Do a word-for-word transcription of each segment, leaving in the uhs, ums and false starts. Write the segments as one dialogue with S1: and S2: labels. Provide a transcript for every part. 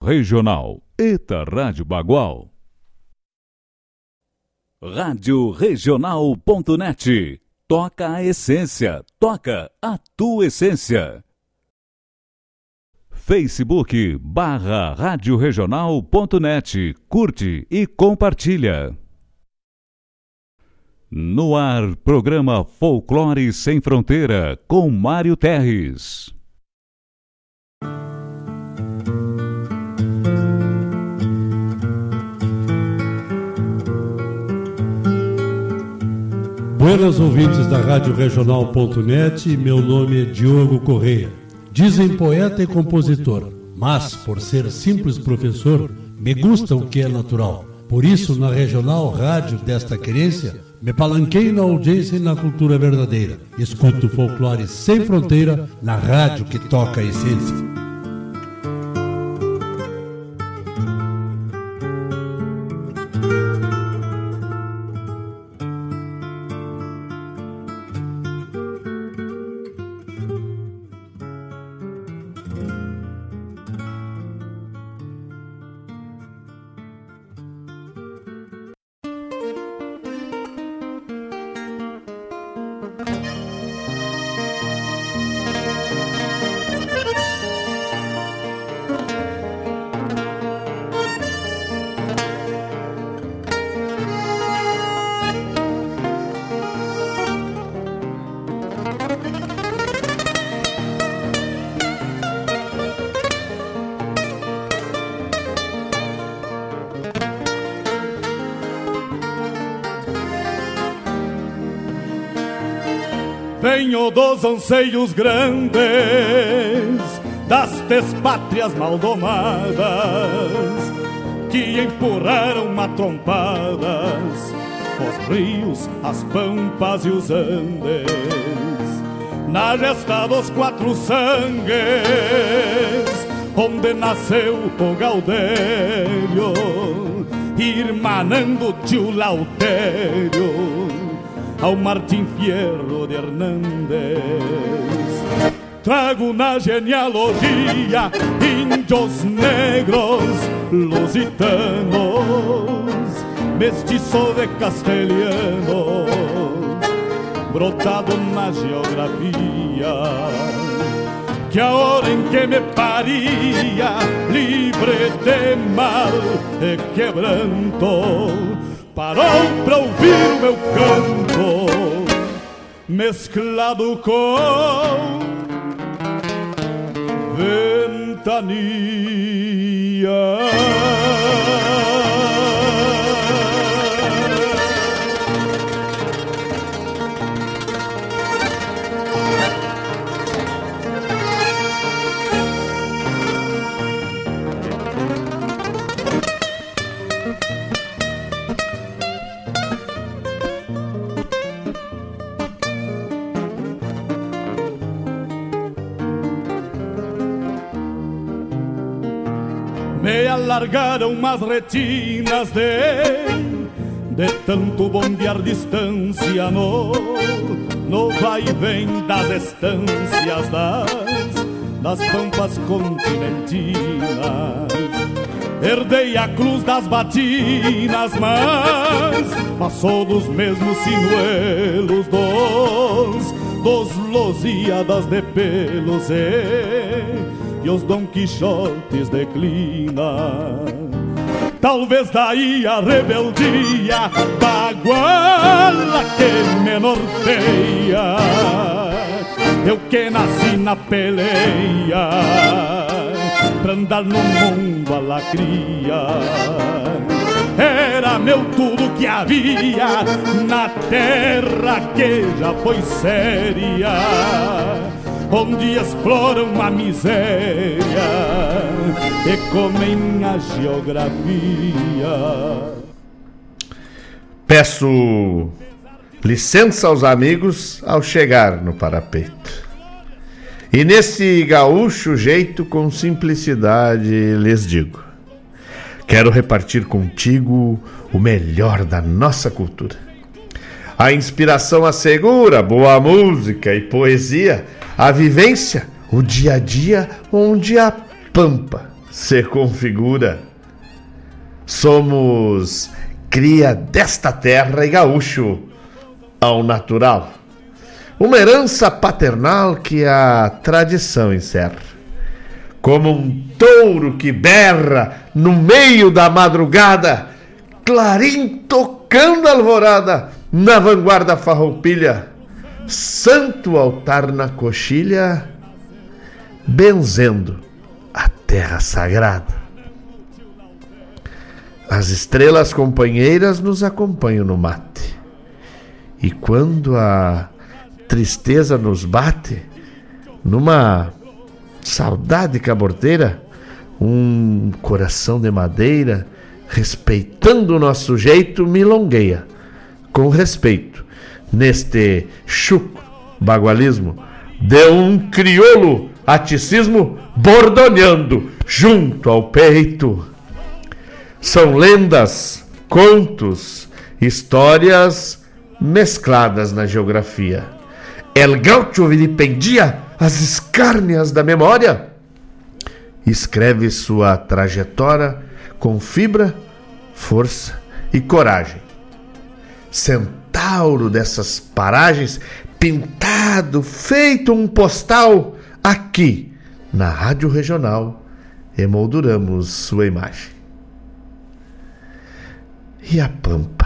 S1: Regional. Eta Rádio Bagual. rádio regional ponto net. Toca a essência. Toca a tua essência. Facebook barra rádio regional ponto net. Curte e compartilha. No ar, programa Folclore Sem Fronteira, com Mário Terres.
S2: Buenas ouvintes da rádio regional ponto net, meu nome é Diogo Correia. Dizem poeta e compositor, mas por ser simples professor, me gusta o que é natural. Por isso, na regional rádio desta querência, me palanquei na audiência e na cultura verdadeira. Escuto Folclore Sem Fronteira na rádio que toca a essência.
S3: Venho dos anseios grandes das despátrias maldomadas que empurraram matrompadas os rios, as pampas e os andes, na gesta dos quatro sangues, onde nasceu o Gaudério, irmanando tio Lautério ao Martim Fierro de Hernández. Trago na genealogia índios negros, lusitanos, mestiço de castelhano, brotado na geografia, que a hora em que me paria, livre de mal e quebranto, parou pra ouvir o meu canto, mesclado com ventania. Me alargaram umas retinas de De tanto bombear distância no No vai e vem das estâncias Das, das pampas continentinas. Herdei a cruz das batinas, mas passou dos mesmos sinuelos Dos, dos Lusíadas de pelos e E os Dom Quixotes declina. Talvez daí a rebeldia baguala que me norteia. Eu que nasci na peleia pra andar no mundo a lacria. Era meu tudo que havia na terra que já foi séria, onde exploram a miséria e comem a geografia.
S4: Peço licença aos amigos ao chegar no parapeito. E nesse gaúcho jeito com simplicidade lhes digo: quero repartir contigo o melhor da nossa cultura. A inspiração assegura boa música e poesia, a vivência, o dia a dia onde a pampa se configura. Somos cria desta terra e gaúcho ao natural. Uma herança paternal que a tradição encerra. Como um touro que berra no meio da madrugada, clarim tocando a alvorada, na vanguarda farroupilha, santo altar na coxilha, benzendo a terra sagrada. As estrelas companheiras nos acompanham no mate. E quando a tristeza nos bate, numa saudade caborteira, um coração de madeira, respeitando o nosso jeito, milongueia com respeito neste chucro bagualismo de um crioulo aticismo bordoneando junto ao peito. São lendas, contos, histórias mescladas na geografia. El Gaucho vilipendia as escárnias da memória. Escreve sua trajetória com fibra, força e coragem. Centauro dessas paragens, pintado, feito um postal, aqui na Rádio Regional emolduramos sua imagem. E a pampa?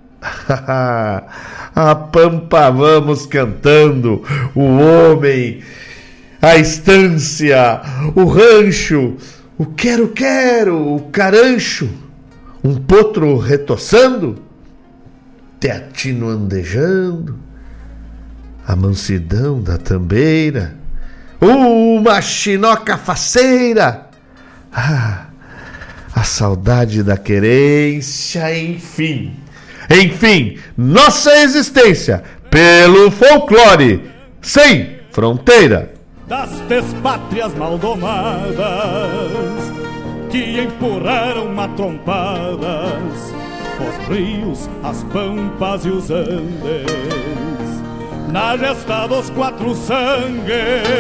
S4: A pampa vamos cantando, o homem, a estância, o rancho, o quero-quero, o carancho, um potro retoçando, teatino andejando, a mansidão da tambeira, uma chinoca faceira, ah, a saudade da querência, enfim, enfim, nossa existência pelo folclore sem fronteira.
S3: Das despátrias maldomadas que empurraram matrompadas os rios, as pampas e os andes, na gesta dos quatro sangues,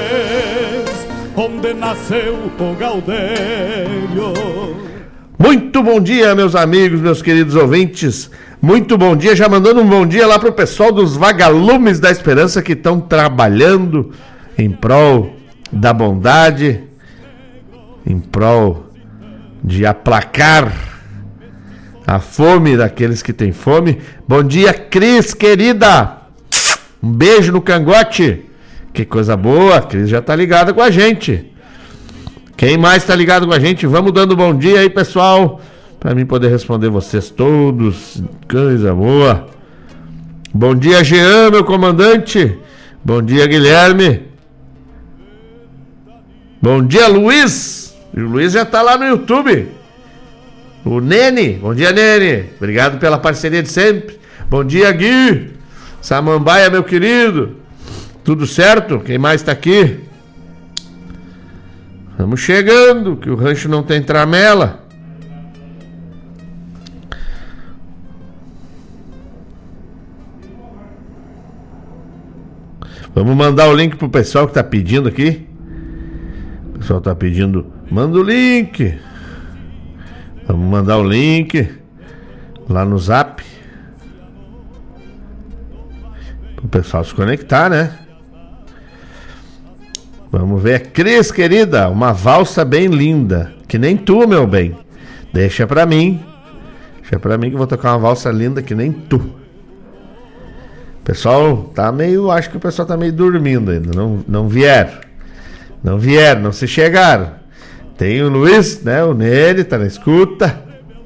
S3: onde nasceu o Gaudério.
S4: Muito bom dia, meus amigos, meus queridos ouvintes. Muito bom dia, já mandando um bom dia lá pro pessoal dos Vagalumes da Esperança que estão trabalhando em prol da bondade, em prol de aplacar a fome daqueles que têm fome. Bom dia, Cris, querida. Um beijo no cangote. Que coisa boa, a Cris já tá ligada com a gente. Quem mais tá ligado com a gente? Vamos dando bom dia aí, pessoal, para mim poder responder vocês todos. Coisa boa. Bom dia, Jean, meu comandante. Bom dia, Guilherme. Bom dia, Luiz. O Luiz já tá lá no YouTube. O Nene. Bom dia, Nene. Obrigado pela parceria de sempre. Bom dia, Gui. Samambaia, meu querido. Tudo certo? Quem mais tá aqui? Vamos chegando, que o rancho não tem tramela. Vamos mandar o link pro pessoal que tá pedindo aqui. O pessoal tá pedindo, manda o link. Vamos mandar o link lá no Zap pro pessoal se conectar, né? Vamos ver, Cris, querida, uma valsa bem linda, que nem tu, meu bem. Deixa pra mim. Deixa pra mim que eu vou tocar uma valsa linda que nem tu. Pessoal, tá meio, acho que o pessoal tá meio dormindo ainda, não, não vieram. Não vieram, não se chegaram. Tem o Luiz, né, o Nele, tá na escuta.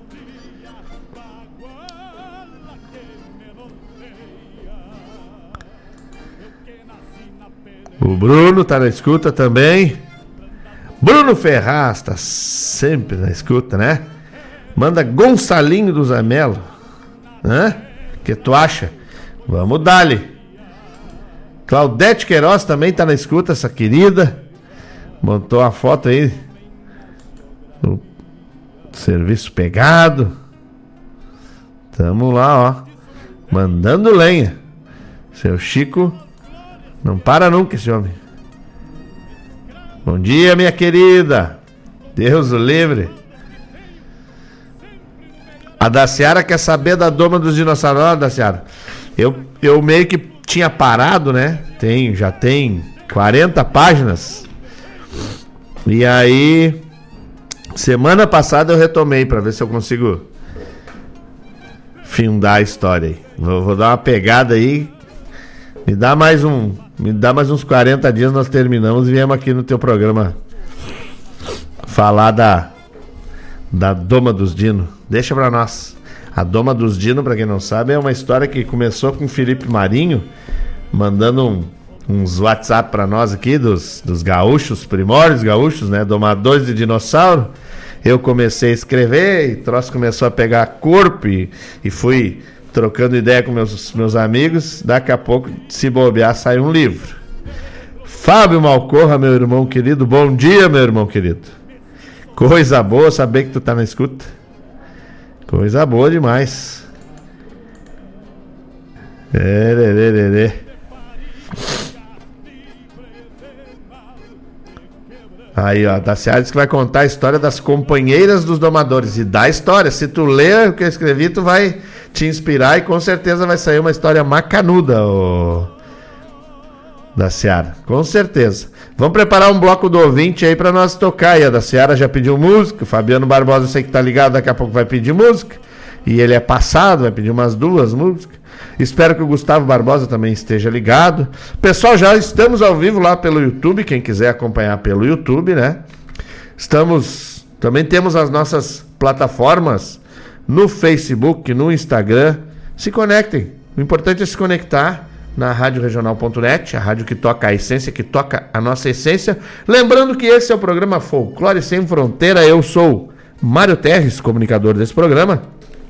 S4: O Bruno tá na escuta também. Bruno Ferraz tá sempre na escuta, né? Manda Gonçalinho do Zamelo. Hã? Que tu acha? Vamos dali. Claudete Queiroz também tá na escuta, essa querida. Montou a foto aí do serviço pegado. Tamo lá, ó, mandando lenha. Seu Chico não para nunca, esse homem. Bom dia, minha querida. Deus o livre. A Daciara quer saber da Doma dos Dinossauros. Olha, Daciara, eu, eu meio que tinha parado, né? Tem, já tem quarenta páginas. E aí, semana passada eu retomei pra ver se eu consigo findar a história aí. Vou, vou dar uma pegada aí. Me dá mais um, me dá mais uns quarenta dias, nós terminamos e viemos aqui no teu programa falar da da Doma dos Dino. Deixa pra nós. A Doma dos Dino, pra quem não sabe, é uma história que começou com o Felipe Marinho mandando um, uns WhatsApp pra nós aqui dos, dos gaúchos, primórdios gaúchos, né, domadores de dinossauro. Eu comecei a escrever e o troço começou a pegar corpo e, e fui trocando ideia com meus, meus amigos. Daqui a pouco, se bobear, sai um livro. Fábio Malcorra, meu irmão querido. Bom dia, meu irmão querido. Coisa boa saber que tu tá na escuta. Coisa boa demais. É, lê, lê, lê, lê. Aí, ó, Daciara diz que vai contar a história das companheiras dos domadores. E dá história. Se tu ler o que eu escrevi, tu vai te inspirar e com certeza vai sair uma história macanuda, ô Daciara. Com certeza. Vamos preparar um bloco do ouvinte aí pra nós tocar. E a Daciara já pediu música. O Fabiano Barbosa, eu sei que tá ligado, daqui a pouco vai pedir música. E ele é passado, vai pedir umas duas músicas. Espero que o Gustavo Barbosa também esteja ligado. Pessoal, já estamos ao vivo lá pelo YouTube, quem quiser acompanhar pelo YouTube, né? Estamos, também temos as nossas plataformas no Facebook, no Instagram. Se conectem. O importante é se conectar na rádio regional ponto net, a rádio que toca a essência, que toca a nossa essência. Lembrando que esse é o programa Folclore Sem Fronteira. Eu sou Mário Terres, comunicador desse programa.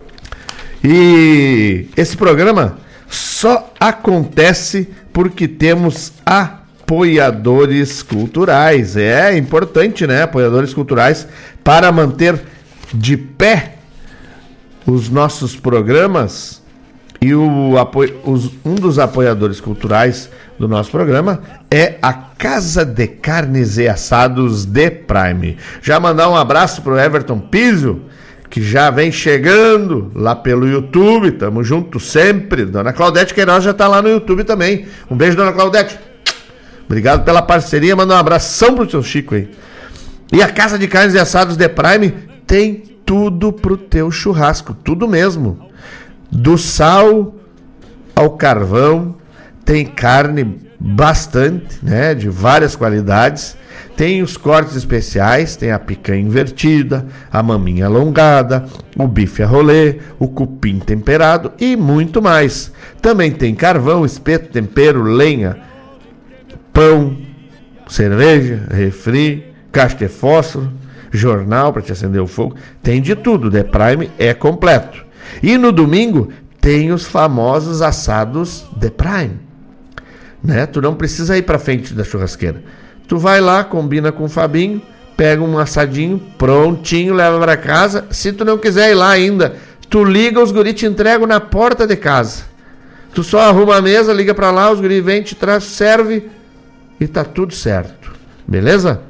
S4: E esse programa só acontece porque temos apoiadores culturais. É importante, né? Apoiadores culturais para manter de pé os nossos programas. E o apoio, os, um dos apoiadores culturais do nosso programa é a Casa de Carnes e Assados de Prime. Já mandar um abraço pro Everton Pizzo, que já vem chegando lá pelo YouTube. Tamo junto sempre. Dona Claudete Queiroz já tá lá no YouTube também. Um beijo, Dona Claudete. Obrigado pela parceria. Manda um abração pro seu Chico aí. E a Casa de Carnes e Assados de Prime tem tudo pro teu churrasco. Tudo mesmo. Do sal ao carvão. Tem carne bastante, né? De várias qualidades. Tem os cortes especiais, tem a picanha invertida, a maminha alongada, o bife a rolê, o cupim temperado e muito mais. Também tem carvão, espeto, tempero, lenha, pão, cerveja, refri, caixa de fósforo, jornal para te acender o fogo. Tem de tudo, The Prime é completo. E no domingo tem os famosos assados The Prime, né? Tu não precisa ir para frente da churrasqueira. Tu vai lá, combina com o Fabinho, pega um assadinho, prontinho, leva pra casa. Se tu não quiser ir lá ainda, tu liga, os guris te entregam na porta de casa. Tu só arruma a mesa, liga pra lá, os guris vêm, te traz, serve e tá tudo certo. Beleza?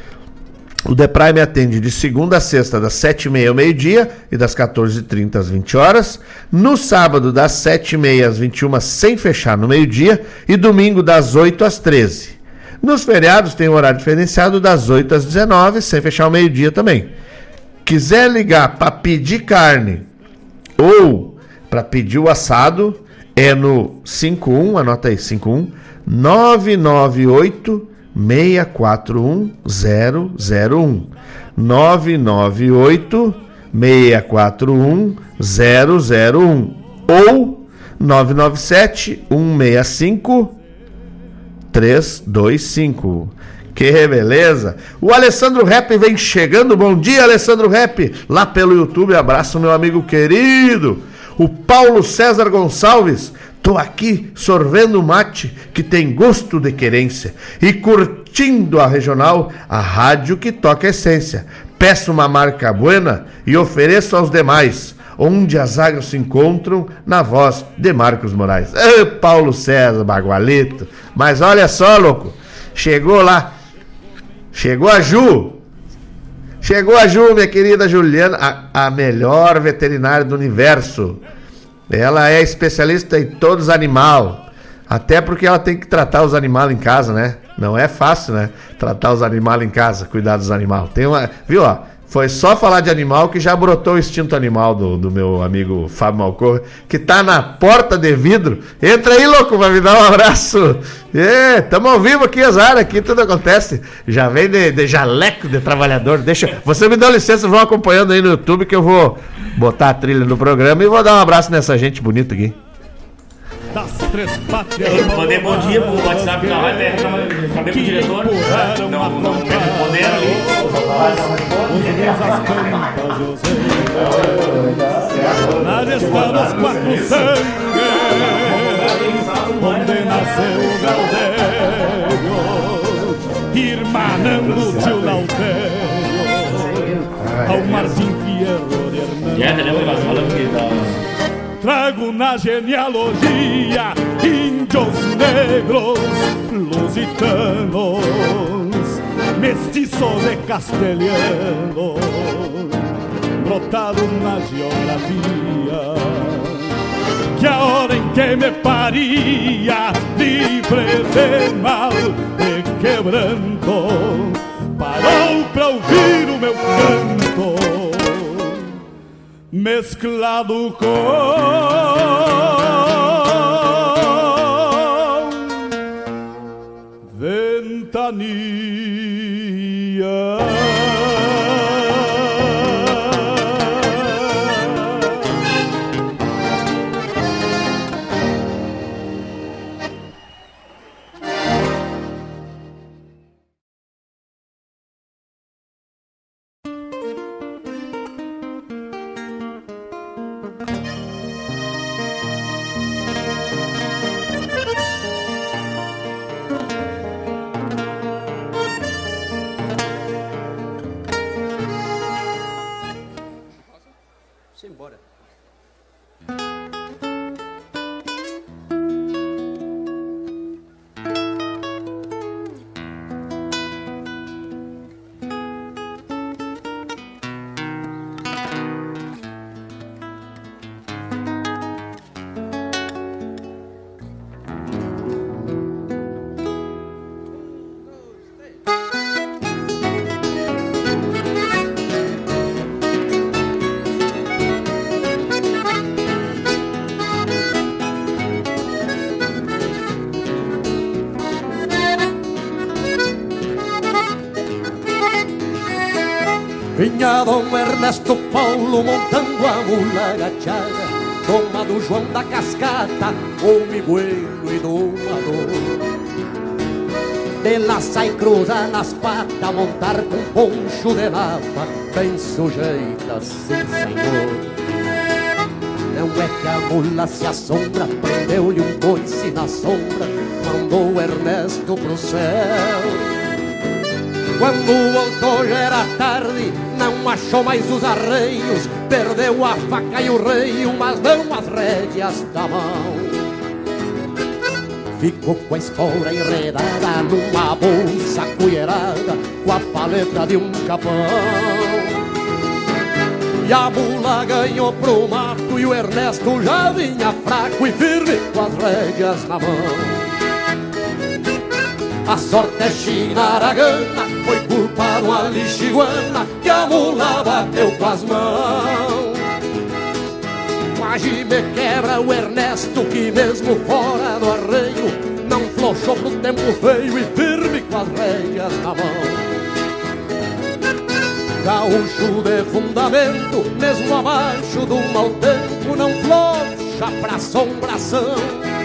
S4: O The Prime atende de segunda a sexta, das sete e meia ao meio-dia e das quatorze e trinta às vinte horas. No sábado, das sete e meia às vinte e uma, sem fechar no meio-dia. E domingo, das oito às treze. Nos feriados tem um horário diferenciado das oito às dezenove, sem fechar o meio-dia também. Quiser ligar para pedir carne ou para pedir o assado, é no cinco um, anota aí, cinco um, nove nove oito, seis quatro um, zero zero um. nove nove oito, seis quatro um, zero zero um. Ou nove nove sete, um seis cinco, três dois cinco. Que beleza. O Alessandro Rap vem chegando. Bom dia, Alessandro Rap, lá pelo YouTube. Abraço, meu amigo querido. O Paulo César Gonçalves: tô aqui sorvendo mate que tem gosto de querência e curtindo a regional, a rádio que toca a essência. Peço uma marca buena e ofereço aos demais, onde as águas se encontram, na voz de Marcos Moraes. Ô, Paulo César, bagualito. Mas olha só, louco, chegou lá, chegou a Ju, Chegou a Ju, minha querida Juliana, a, a melhor veterinária do universo. Ela é especialista em todos os animais. Até porque ela tem que tratar os animais em casa, né? Não é fácil, né? Tratar os animais em casa, cuidar dos animais. Tem uma... Viu, ó? Foi só falar de animal que já brotou o instinto animal do, do meu amigo Fábio Malcorra, que tá na porta de vidro. Entra aí, louco, vai me dar um abraço. É, tamo ao vivo aqui, azar, aqui tudo acontece. Já vem de, de jaleco de trabalhador. Deixa, você me dá licença, vão acompanhando aí no YouTube que eu vou botar a trilha no programa e vou dar um abraço nessa gente bonita aqui.
S3: Das três pátrias.
S5: Mandei bom dia pro WhatsApp da rádio, acabei com o diretor. Não, não me responderam ali.
S3: Nada está nos quatro sangues, onde nasceu o Gaudério, irmanando o tio Lautério, ao Martim Fierro de Hernandes.
S5: Já, né? Nós falamos que tá...
S3: Trago na genealogia índios negros, lusitanos, mestiços e castelhanos, brotado na geografia, que a hora em que me paria, livre de mal e quebranto, parou pra ouvir o meu canto, mesclado com ventania.
S6: Vinha Dom Ernesto Paulo montando a mula agachada, toma do João da Cascata, o miguelo e domador. De laça e cruza nas patas, montar com poncho de lapa, bem sujeita, sim senhor. Não é que a mula se assombra, prendeu-lhe um coice na sombra, mandou Ernesto pro céu. Quando voltou já era tarde, não achou mais os arreios, perdeu a faca e o reio, mas não as rédeas da mão. Ficou com a espora enredada numa bolsa colherada, com a paleta de um capão. E a mula ganhou pro mato e o Ernesto já vinha fraco e firme com as rédeas na mão. A sorte é chinaragana, foi culpa de uma lixiguana que a mula bateu com as mãos. Quase me quebra o Ernesto que mesmo fora do arreio não flochou pro tempo feio e firme com as rédeas na mão. Gaúcho de fundamento, mesmo abaixo do mau tempo, não flocha pra assombração.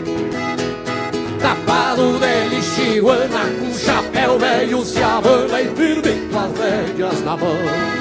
S6: Tapado de lixiguana, com chapéu velho se abana e firme com as rédeas na mão.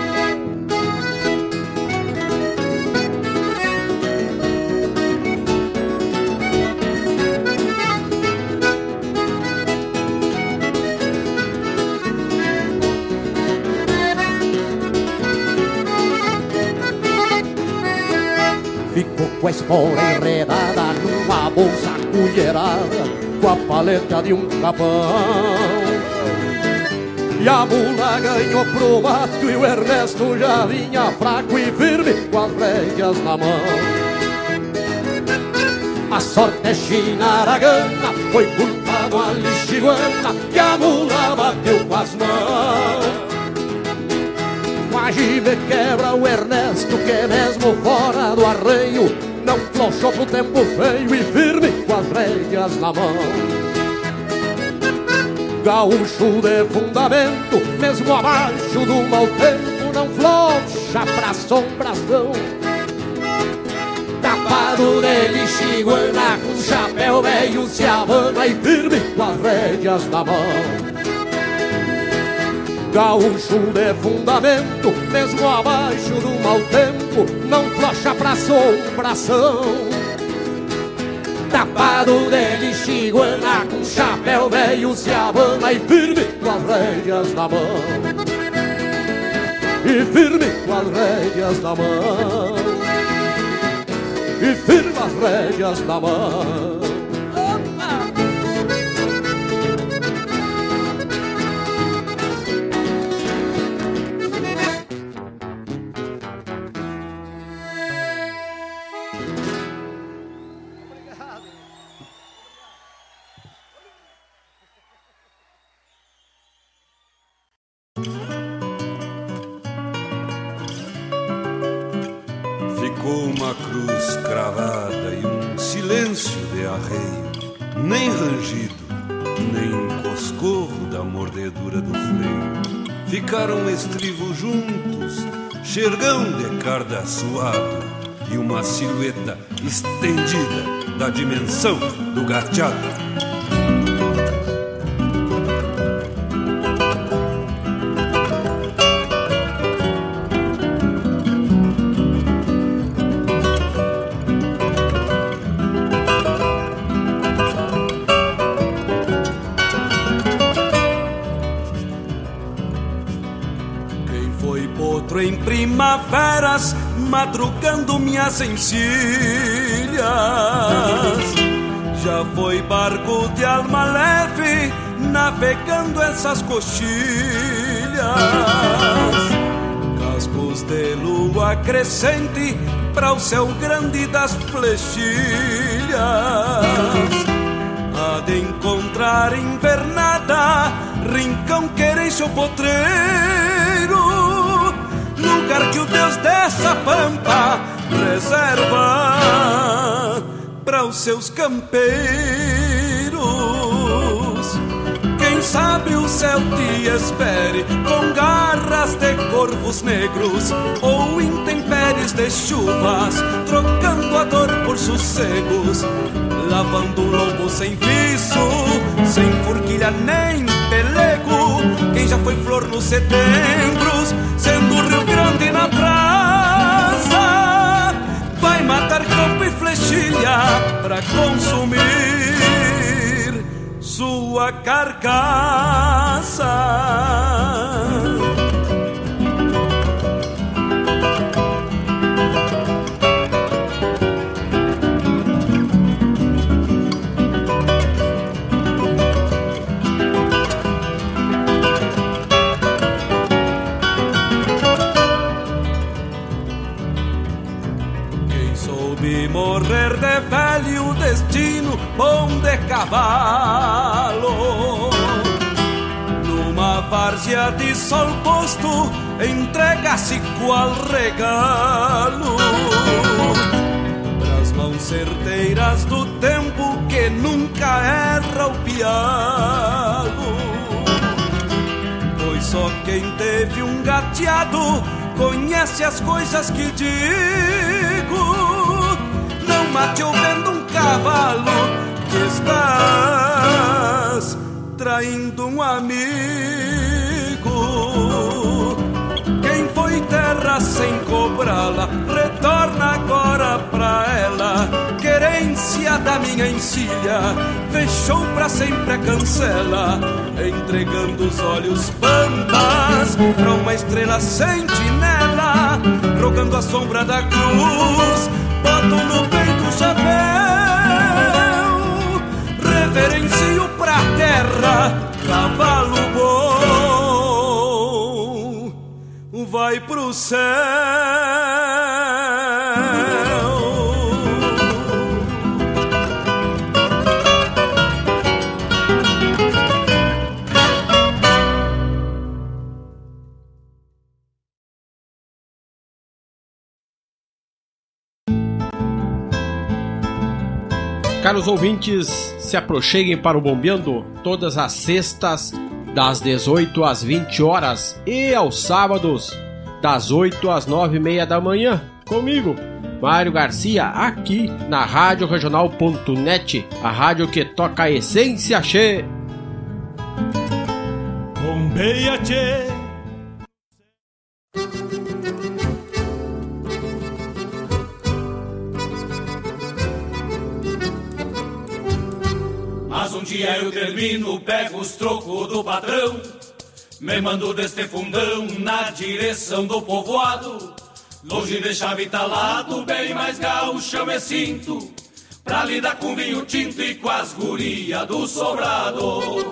S6: Ficou com a espora enredada numa bolsa colherada, com a paleta de um capão. E a mula ganhou pro mato e o Ernesto já vinha fraco e firme com as rédeas na mão. A sorte é chinaragana, foi culpa do alixiguana que a mula bateu com as mãos. Quase me quebra o Ernesto que mesmo fora do arreio não flochou pro tempo feio e firme com as rédeas na mão. Gaúcho de fundamento, mesmo abaixo do mau tempo, não flocha pra assombração. Tapado de lixiguana, com chapéu velho se abana e firme com as rédeas na mão. Gaúcho de fundamento, mesmo abaixo do mau tempo, não flocha pra assombração. Tapado de lixiguana, com chapéu velho se abana e firme com as rédeas na mão. E firme com as rédeas na mão. E firme as rédeas na mão.
S7: Ficou uma cruz cravada e um silêncio de arreio, nem rangido, nem coscorro da mordedura do freio. Ficaram estrivos juntos, xergão de carda suado e uma silhueta estendida da dimensão do gateado. Em primaveras, madrugando minhas encilhas, já foi barco de alma leve, navegando essas coxilhas. Cascos de lua crescente para o céu grande das flechilhas. Há de encontrar invernada, rincão, querência ou potreiro, lugar que o Deus dessa pampa reserva para os seus campeiros. Quem sabe o céu te espere com garras de corvos negros ou intempéries de chuvas, trocando a dor por sossegos, lavando um lombo sem viço, sem forquilha nem pelego. Quem já foi flor nos setembros, sendo o Rio Grande na praça, vai matar campo e flechilha pra consumir sua carcaça. Morrer de velho destino, bom de cavalo, numa várzea de sol posto, entrega-se qual regalo pras mãos certeiras do tempo que nunca erra o pialo. Pois só quem teve um gateado conhece as coisas que digo. Não mate ou venda um cavalo, que estás traindo um amigo. Quem foi terra sem cobrá-la, retorna agora pra ela. Querência da minha encilha, fechou pra sempre a cancela, entregando os olhos pampas pra uma estrela sentinela, rogando a sombra da cruz. Boto no peito o chapéu, reverencio pra terra, cavalo bom. vai pro céu.
S8: Caros ouvintes, se aproxeguem para o Bombeando todas as sextas, das dezoito às vinte horas e aos sábados, das oito às nove e meia da manhã, comigo, Mário Garcia, aqui na rádio regional ponto net, a rádio que toca a essência, che.
S3: Bombeia, che.
S7: Mas um dia eu termino, pego os trocos do patrão, me mando deste fundão na direção do povoado. Longe de chave talado, bem mais gaúcho eu me sinto, pra lidar com vinho tinto e com as gurias do sobrado.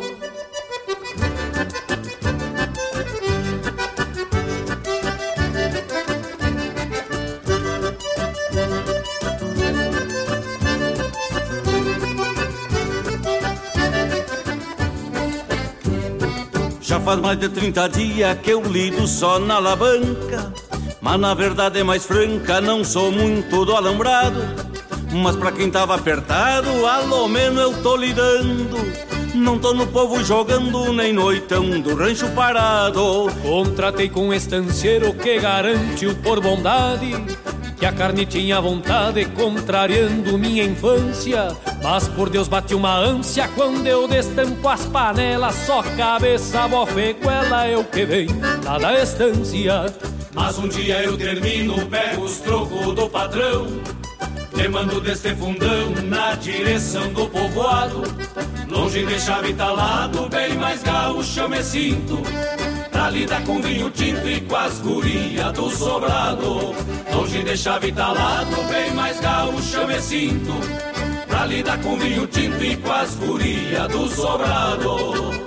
S7: Já faz mais de trinta dias que eu lido só na alavanca, mas na verdade é mais franca, não sou muito do alambrado. Mas pra quem tava apertado, alô menos eu tô lidando. Não tô no povo jogando, nem noitão do rancho parado.
S9: Contratei com um estanceiro que garante-o por bondade, que a carne tinha vontade, contrariando minha infância. Mas por Deus bate uma ânsia quando eu destampo as panelas, só cabeça, bofeguela, eu que vem lá da estância.
S7: Mas um dia eu termino, pego os trocos do patrão, me mando deste fundão na direção do povoado. Longe de chave talado, bem mais gaúcho eu me sinto, pra lidar com vinho tinto e com as gurias do sobrado. Longe de chave talado, bem mais gaúcho eu me sinto, pra lidar com vinho tinto e com as gurias do sobrado.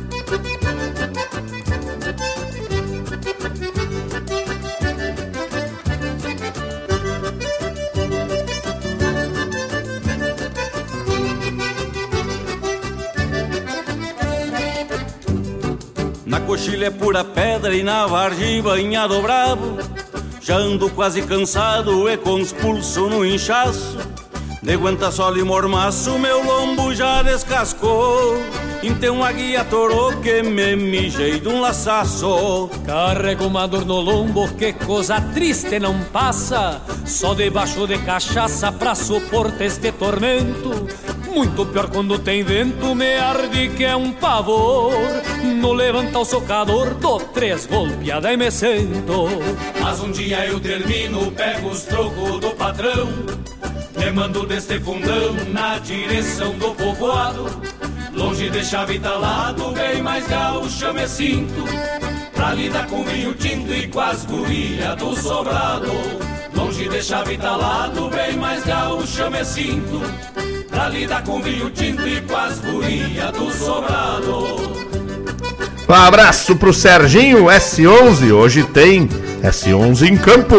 S7: Na coxilha é pura pedra e na vargem banhado bravo, já ando quase cansado e com os pulsos no inchaço. De aguenta sol e mormaço, meu lombo já descascou, então a guia torou que me mijei de um laçaço.
S9: Carrego uma dor no lombo, que coisa triste não passa, só debaixo de cachaça pra suportar este tormento. Muito pior quando tem vento, me arde que é um pavor. No levantar o socador, dou três golpeadas e me sento.
S7: Mas um dia eu termino, pego os trocos do patrão, me mando deste fundão na direção do povoado. Longe de chave talado, bem mais gaúcho eu me sinto, pra lidar com vinho tinto e com as gurias do sobrado. Longe de chave talado, bem mais gaúcho eu me sinto, pra lidar com vinho tinto e com as gurias do sobrado.
S4: Um abraço pro Serginho S onze, hoje tem S onze em campo.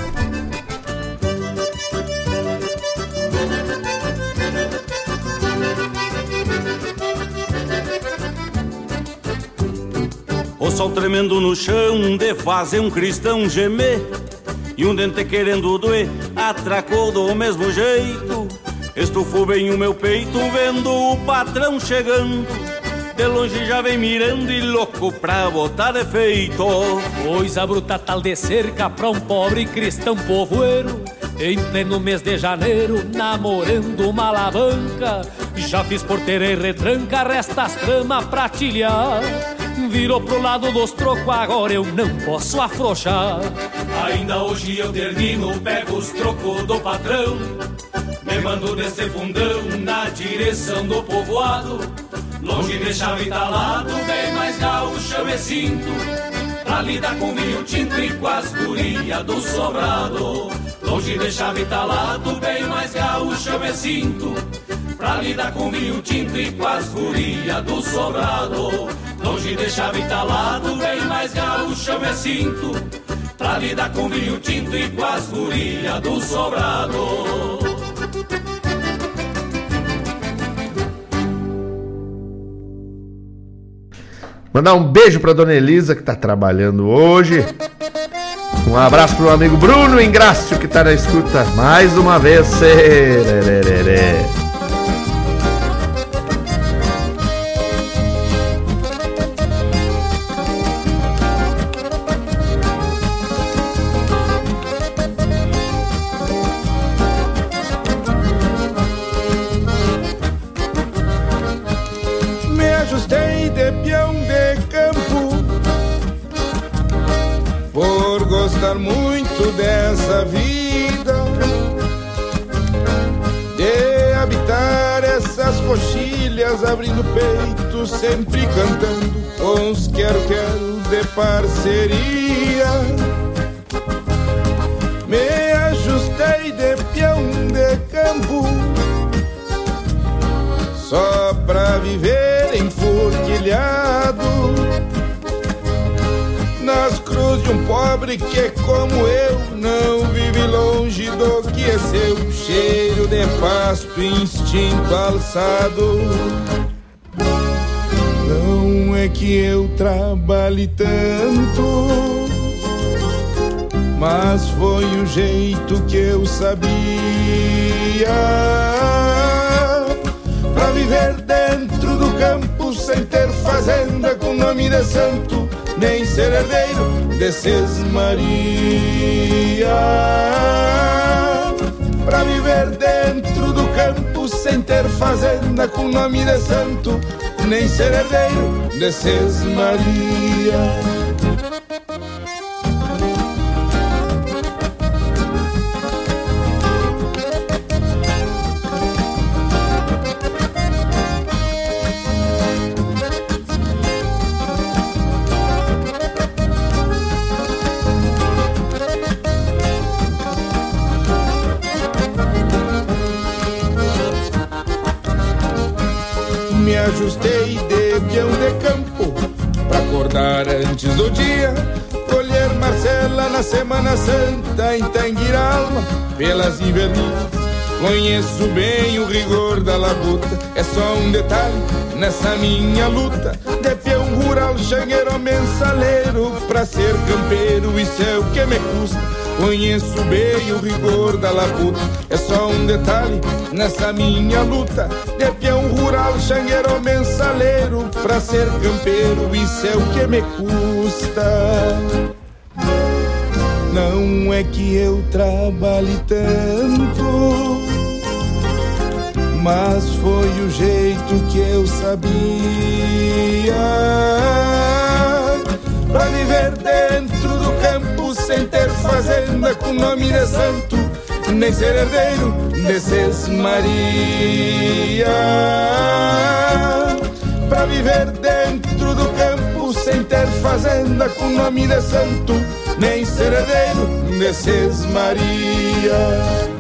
S7: O sol tremendo no chão de fazer um cristão gemer, e um dente querendo doer atracou do mesmo jeito. Estufou bem o meu peito vendo o patrão chegando, de longe já vem mirando e louco pra botar defeito.
S9: Coisa bruta tal de cerca pra um pobre cristão povoeiro, em pleno mês de janeiro, namorando uma alavanca. Já fiz porteira e retranca, resta as tramas pra tilhar. Virou pro lado dos trocos, agora eu não posso afrouxar.
S7: Ainda hoje eu termino, pego os trocos do patrão, me mando desse fundão na direção do povoado. Longe de chave talado, bem mais gaúcho eu me sinto, pra lidar com vinho tinto e com as gurias do sobrado. Longe de chave talado, bem mais gaúcho eu me sinto, pra lidar com vinho tinto e com as gurias do sobrado. Longe de chave talado, bem mais gaúcho eu me sinto, pra vida com vinho tinto e com as gurias do sobrado.
S4: Mandar um beijo pra dona Elisa, que tá trabalhando hoje. Um abraço pro amigo Bruno Ingrácio, que tá na escuta mais uma vez. Serererê.
S10: Me ajustei de peão de campo por gostar muito dessa vida, de habitar essas coxilhas, abrindo peito, sempre cantando com os quero-quero de parceria. Me ajustei de peão de campo só pra viver enforquilhado nas cruzes de um pobre que, como eu, não vive longe do que é seu cheiro de pasto, instinto alçado. Não é que eu trabalhe tanto, mas foi o jeito que eu sabia pra viver dentro do campo sem ter fazenda com nome de santo, nem ser herdeiro de Sesmaria. Pra viver dentro do campo sem ter fazenda com nome de santo, nem ser herdeiro de Sesmaria. Me ajustei de peão de campo pra acordar antes do dia, colher Marcela na Semana Santa em Tanguiralma, pelas invernias. Conheço bem o rigor da labuta, é só um detalhe nessa minha luta de peão rural, xangueiro, mensaleiro, pra ser campeiro, isso é o que me custa. Conheço bem o rigor da labuta, é só um detalhe nessa minha luta de peão rural, xangueiro, mensaleiro, pra ser campeiro, isso é o que me custa. Não é que eu trabalhe tanto, mas foi o jeito que eu sabia pra viver dentro do campo sem ter fazenda com nome de santo, nem ser herdeiro de Sesmaria. Pra viver dentro do campo sem ter fazenda com nome de santo, nem ser herdeiro de Sesmaria.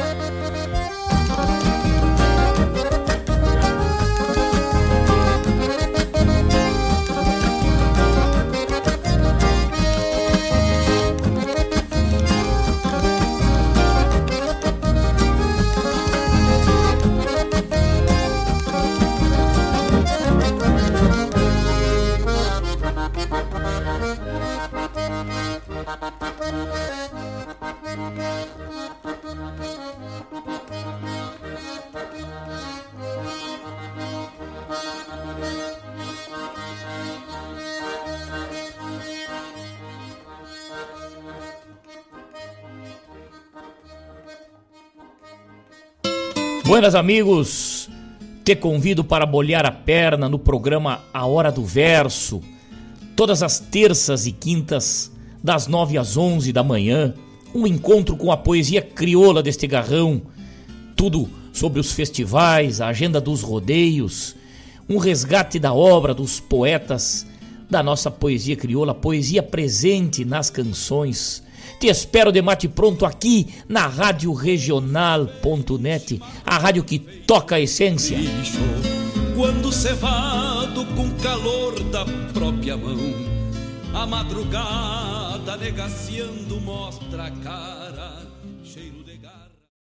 S11: Buenas amigos, te convido para molhar a perna no programa A Hora do Verso, todas as terças e quintas, das nove às onze da manhã, um encontro com a poesia crioula deste garrão, tudo sobre os festivais, a agenda dos rodeios, um resgate da obra dos poetas da nossa poesia crioula, poesia presente nas canções. Te espero de mate pronto aqui na rádio regional ponto net, a rádio que toca a essência.
S7: Quando cevado com calor da própria mão, A madrugada negaciando mostra a cara, cheiro de garra.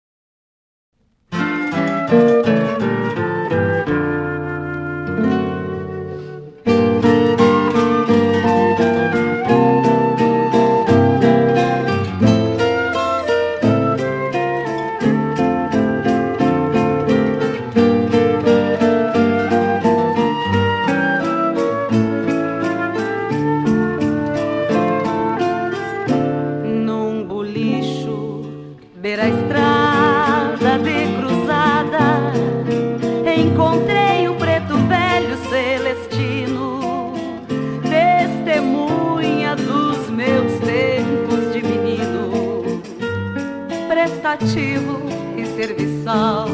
S12: E serviçal.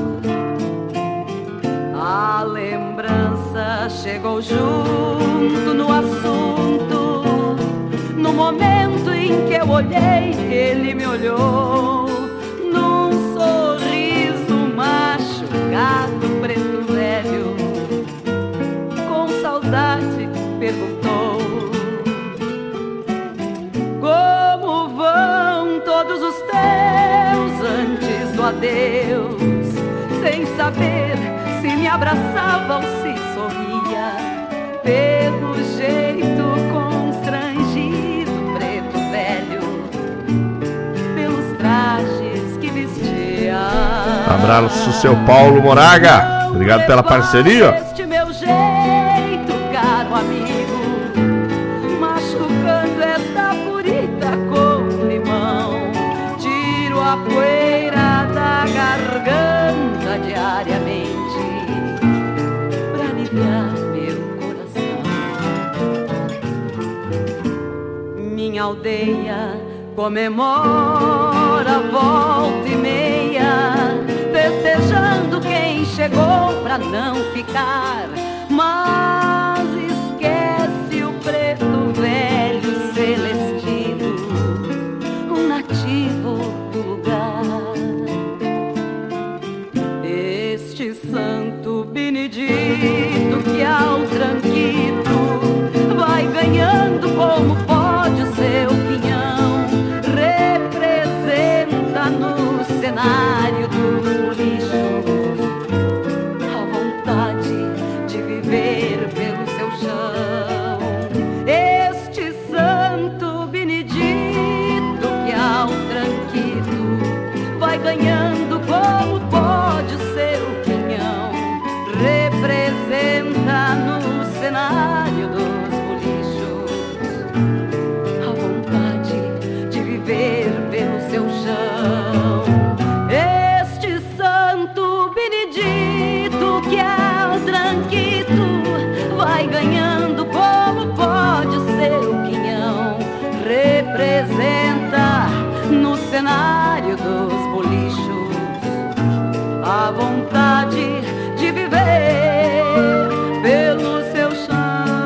S12: A lembrança chegou junto no assunto. No momento em que eu olhei, ele me olhou. Num sorriso machucado, preto velho, com saudade perguntou: como vão todos os teus antes do adeus, sem saber se me abraçava ou se sorria, pelo jeito constrangido, preto velho, pelos trajes que vestia.
S4: Abraço, seu Paulo Moraga, obrigado pela parceria.
S12: Este meu jeito, caro amigo, machucando esta furida com limão, tiro a poeira da garganta diariamente pra aliviar meu coração. Minha aldeia comemora volta e meia, festejando quem chegou pra não ficar, mas esquece o preto velho celestino, um nativo do lugar. Este santo Benedito que ao tranquito vai ganhando como pode o seu pinhão, representa no cenário dos bolichos a vontade de viver pelo seu chão. Este santo Benedito que ao tranquito vai ganhando como pode o seu pinhão, representa no cenário dos bolichos a vontade de viver pelo seu chão. Este santo Benedito que ao tranquito vai ganhando como pode o seu quinhão, representa no cenário dos bolichos a vontade de viver pelo seu chão.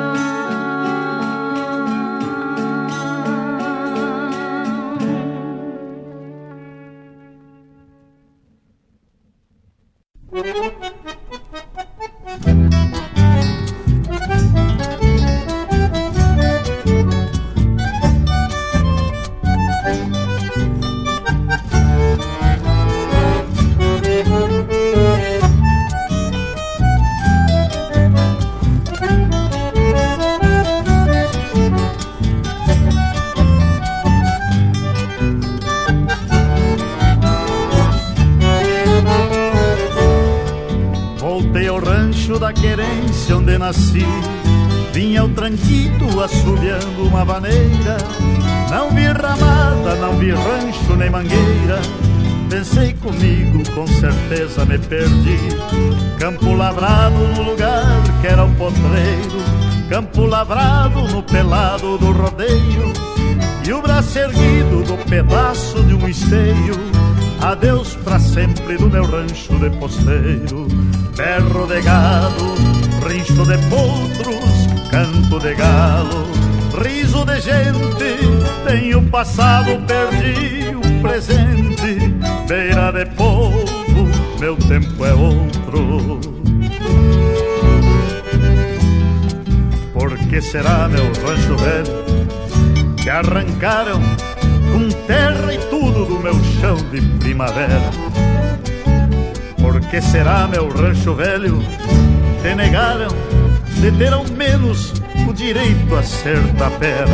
S13: Voltei ao rancho da querência onde nasci, vinha o tranquito assobiando uma vaneira. Não vi ramada, não vi rancho nem mangueira, pensei comigo, com certeza me perdi. Campo lavrado no lugar que era o potreiro, campo lavrado no pelado do rodeio, e o braço erguido do pedaço de um esteio. Adeus pra sempre do meu rancho de posteiro. Berro de gado, rincho de potros, canto de galo, riso de gente. Tenho passado, perdi o presente. Beira de povo, meu tempo é outro. Porque que será meu rancho velho, que arrancaram com terra e tudo do meu chão de primavera? Por que será meu rancho velho, te negaram de ter ao menos o direito a ser tapera?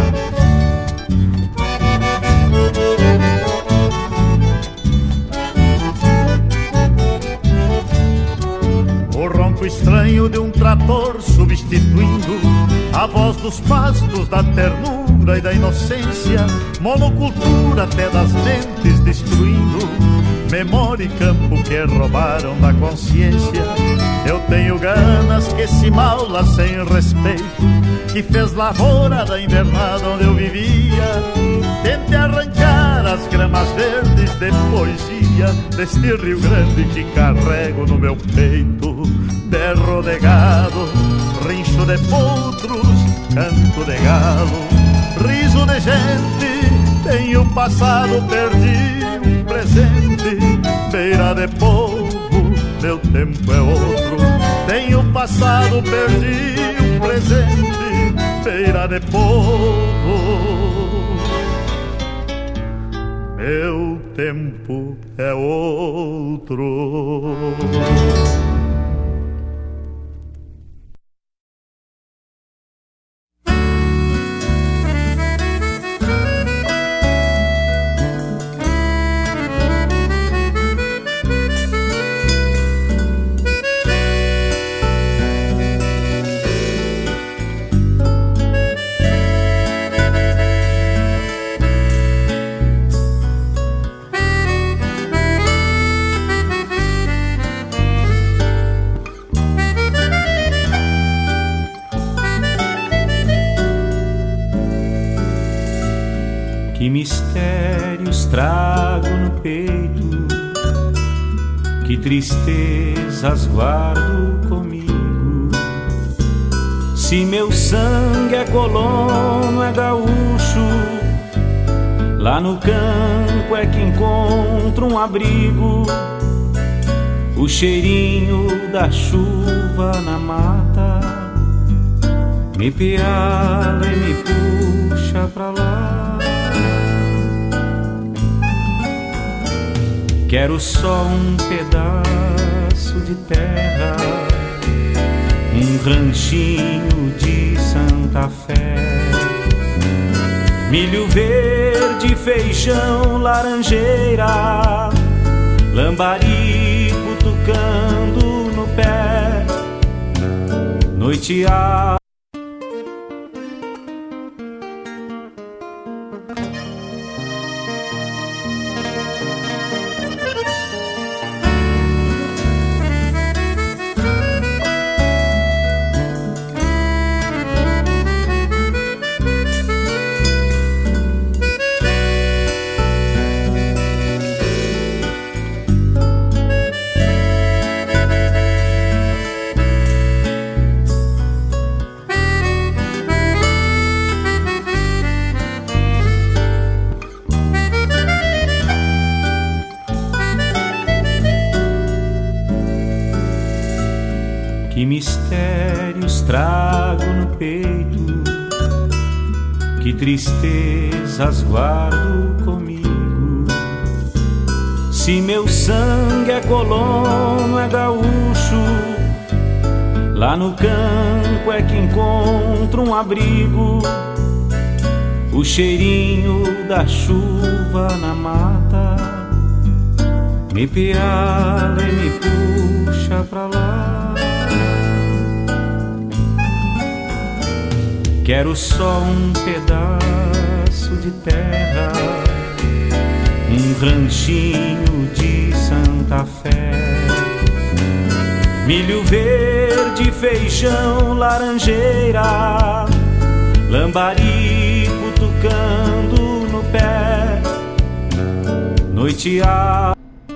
S13: O ronco estranho de um trator substituindo a voz dos pastos, da ternura e da inocência, monocultura até das mentes destruindo memória e campo que roubaram da consciência. Eu tenho ganas que esse mal lá sem respeito, que fez lavoura da invernada onde eu vivia, tente arrancar as gramas verdes de poesia deste Rio Grande que carrego no meu peito. Berro de gado, rincho de potros, canto de galo, riso de gente. Tenho um passado, perdi um presente, beira de povo, meu tempo é outro. Tenho um passado, perdi um presente, beira de povo, meu tempo é outro.
S14: Que mistérios trago no peito, que tristezas guardo comigo. Se meu sangue é colono, é gaúcho, lá no campo é que encontro um abrigo. O cheirinho da chuva na mata me piala e me puxa pra lá. Quero só um pedaço de terra, um ranchinho de Santa Fé, milho verde, feijão, laranjeira, lambari cutucando no pé, noite a que mistérios trago no peito, que tristezas guardo comigo. Se meu sangue é colono, é gaúcho, lá no campo é que encontro um abrigo. O cheirinho da chuva na mata me piala e me puxa pra lá. Quero só um pedaço de terra, um ranchinho de Santa Fé, milho verde, feijão, laranjeira, lambari cutucando no pé, noite a...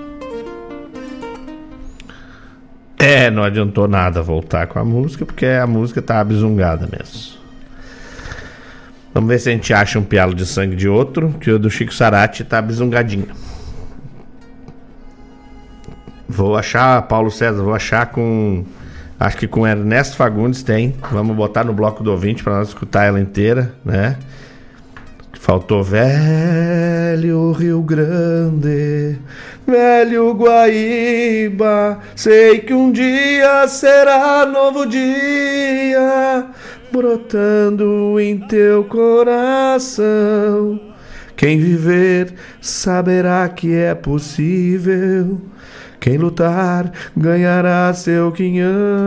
S4: É, não adiantou nada voltar com a música, porque a música tá abisungada mesmo. Vamos ver se a gente acha um pialo de sangue de outro, que o do Chico Sarati tá abisongadinho. Vou achar, Paulo César, vou achar com Acho que com Ernesto Fagundes tem. Vamos botar no bloco do ouvinte para nós escutar ela inteira, né? Faltou velho Rio Grande, velho Guaíba, sei que um dia será novo dia, brotando em teu coração. Quem viver saberá que é possível, quem lutar ganhará seu quinhão.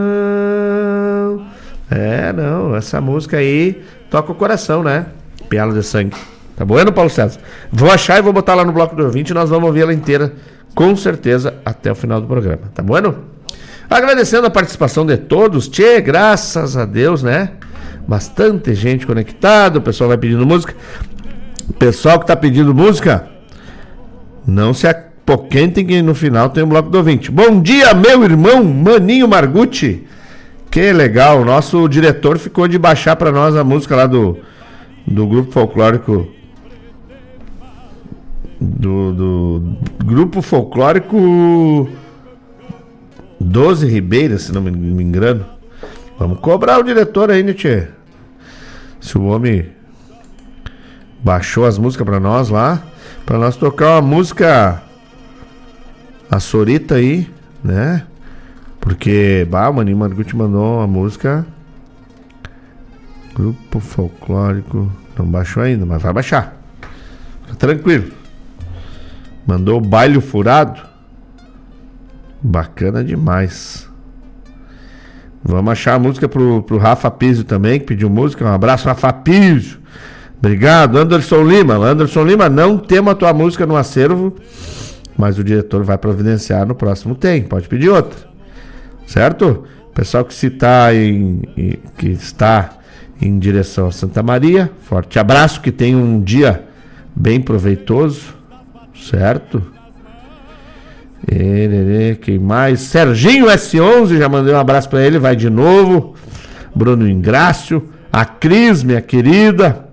S4: É, não, essa música aí toca o coração, né? Piala de sangue. Tá bueno, Paulo César? Vou achar e vou botar lá no bloco do ouvinte e nós vamos ouvir ela inteira, com certeza, até o final do programa. Tá bueno? Agradecendo a participação de todos. Tchê, graças a Deus, né? Bastante gente conectada. O pessoal vai pedindo música. O pessoal que tá pedindo música, não se apoquentem que no final tem o bloco do ouvinte. Bom dia, meu irmão Maninho Margucci. Que legal. Nosso diretor ficou de baixar pra nós a música lá do... do grupo folclórico do, do grupo folclórico doze Ribeiras, se não me, me engano. Vamos cobrar o diretor aí, né, tchê? Se o homem baixou as músicas pra nós lá, pra nós tocar uma música a Sorita aí, né? Porque, bah, o Maninho Margucci mandou uma música. Grupo folclórico. Não baixou ainda, mas vai baixar. Fica tranquilo. Mandou o Baile Furado. Bacana demais. Vamos achar a música pro, pro Rafa Pizzo também, que pediu música. Um abraço, Rafa Pizzo. Obrigado, Anderson Lima. Anderson Lima, não temos a tua música no acervo, mas o diretor vai providenciar no próximo tem. Pode pedir outra. Certo? Pessoal que se tá em, em, que está em direção a Santa Maria, forte abraço, que tenha um dia bem proveitoso, certo? E, quem mais? Serginho S onze, já mandei um abraço para ele, vai de novo. Bruno Ingrácio, a Cris, minha querida,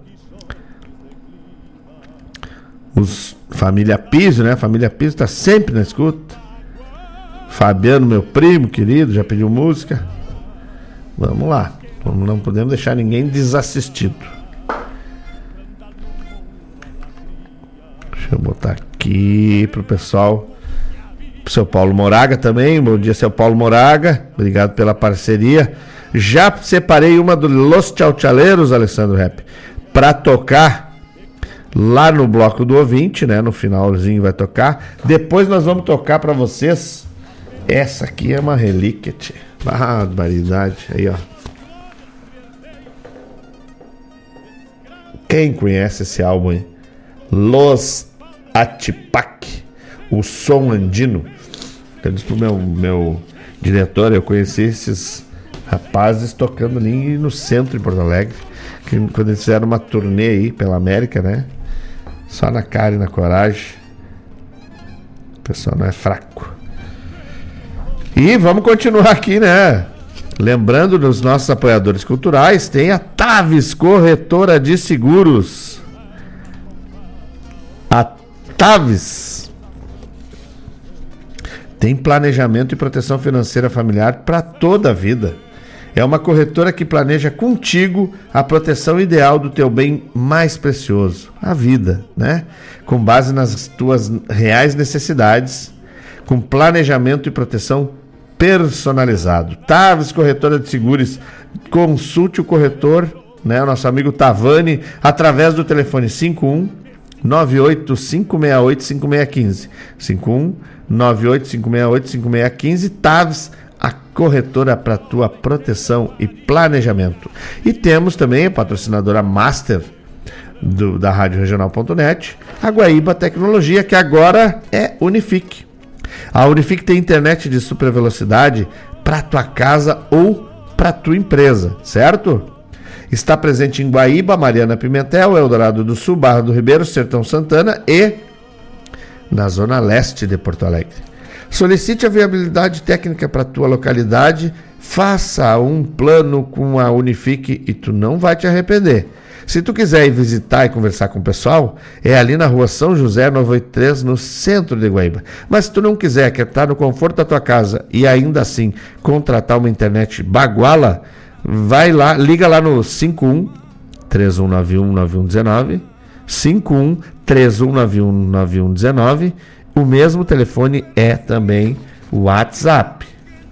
S4: os família Piso, né? Família Piso tá sempre na escuta. Fabiano, meu primo querido, já pediu música. Vamos lá. Não podemos deixar ninguém desassistido. Deixa eu botar aqui pro pessoal. Pro seu Paulo Moraga também. Bom dia, seu Paulo Moraga. Obrigado pela parceria. Já separei uma do Los Tchauchaleiros, Alessandro Rap, pra tocar lá no bloco do ouvinte, né? No finalzinho vai tocar. Depois nós vamos tocar pra vocês. Essa aqui é uma relíquia, tchê. Barbaridade. Aí, ó. Quem conhece esse álbum, hein? Los Atipac, o som andino. Eu disse pro meu, meu diretor, eu conheci esses rapazes tocando ali no centro de Porto Alegre, que, quando eles fizeram uma turnê aí pela América, né? Só na cara e na coragem. O pessoal não é fraco. E vamos continuar aqui, né? Lembrando dos nossos apoiadores culturais, tem a Taves Corretora de Seguros. A Taves tem planejamento e proteção financeira familiar para toda a vida. É uma corretora que planeja contigo a proteção ideal do teu bem mais precioso, a vida, né? Com base nas tuas reais necessidades, com planejamento e proteção personalizado. Taves Corretora de Seguros, consulte o corretor, né, o nosso amigo Tavani, através do telefone cinco um nove oito cinco seis oito cinco seis um cinco. cinco um nove oito cinco seis oito cinco seis um cinco. Taves, a corretora para tua proteção e planejamento. E temos também a patrocinadora Master do, da Rádio Regional ponto net, a Guaíba Tecnologia, que agora é Unifique. A Unifique tem internet de super velocidade para tua casa ou para tua empresa, certo? Está presente em Guaíba, Mariana Pimentel, Eldorado do Sul, Barra do Ribeiro, Sertão Santana e na zona leste de Porto Alegre. Solicite a viabilidade técnica para tua localidade, faça um plano com a Unifique e tu não vai te arrepender. Se tu quiser ir visitar e conversar com o pessoal, é ali na rua São José novecentos e oitenta e três, no centro de Guaíba. Mas se tu não quiser, quer estar no conforto da tua casa e ainda assim contratar uma internet baguala, vai lá, liga lá no cinco um, três um nove um, nove um um nove, cinco um, três um nove um, nove um um nove. O mesmo telefone é também o WhatsApp.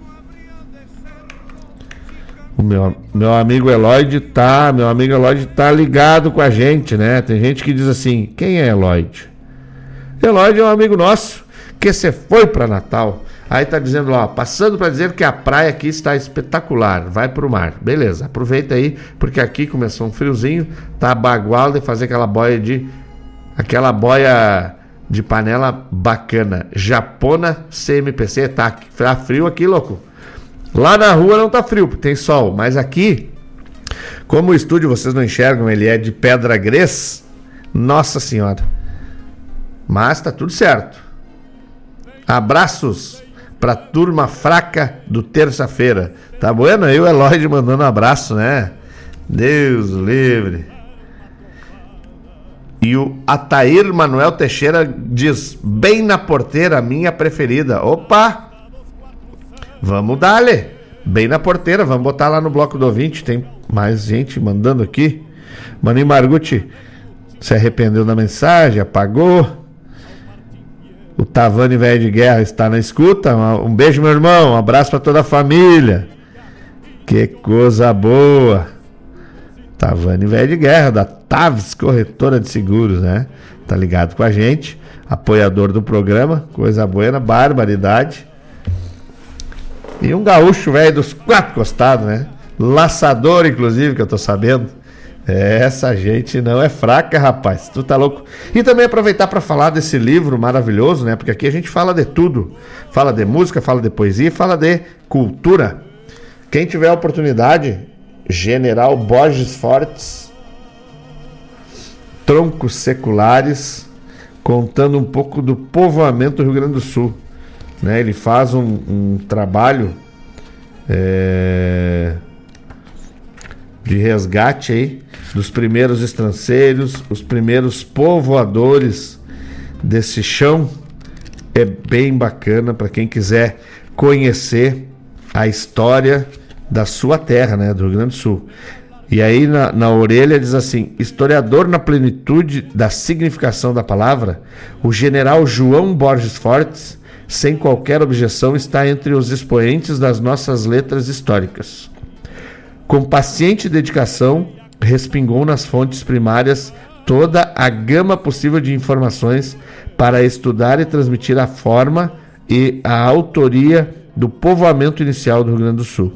S4: O meu, meu amigo Eloide tá, meu amigo Eloide tá ligado com a gente, né? Tem gente que diz assim, quem é Eloide? Eloide é um amigo nosso que se foi para Natal. Aí tá dizendo lá, passando para dizer que a praia aqui está espetacular, vai pro mar. Beleza, aproveita aí, porque aqui começou um friozinho, tá bagual de fazer aquela boia de aquela boia de panela bacana, Japona C M P C, tá, tá frio aqui, louco. Lá na rua não tá frio, tem sol, mas aqui, como o estúdio vocês não enxergam, ele é de pedra grés, nossa senhora. Mas tá tudo certo. Abraços pra turma fraca do terça-feira. Tá bueno? Aí o Eloide mandando um abraço, né? Deus livre. E o Atair Manuel Teixeira diz, bem na porteira, minha preferida. Opa! Vamos dar-lhe, bem na porteira, vamos botar lá no bloco do ouvinte, tem mais gente mandando aqui. Maninho Margutti se arrependeu da mensagem, apagou. O Tavani Velho de Guerra está na escuta, um beijo, meu irmão, um abraço para toda a família. Que coisa boa. Tavani Velho de Guerra, da Taves Corretora de Seguros, né? Tá ligado com a gente, apoiador do programa, coisa boa, barbaridade. E um gaúcho velho dos quatro costados, né? Laçador, inclusive, que eu tô sabendo. Essa gente não é fraca, rapaz. Tu tá louco. E também aproveitar para falar desse livro maravilhoso, né? Porque aqui a gente fala de tudo. Fala de música, fala de poesia e fala de cultura. Quem tiver a oportunidade, General Borges Fortes, Troncos Seculares, contando um pouco do povoamento do Rio Grande do Sul. Né, ele faz um, um trabalho é, de resgate aí dos primeiros estranceiros, os primeiros povoadores desse chão. É bem bacana para quem quiser conhecer a história da sua terra, né, do Rio Grande do Sul. E aí na, na orelha diz assim, historiador na plenitude da significação da palavra, o general João Borges Fortes, sem qualquer objeção, está entre os expoentes das nossas letras históricas. Com paciente dedicação, respingou nas fontes primárias toda a gama possível de informações para estudar e transmitir a forma e a autoria do povoamento inicial do Rio Grande do Sul.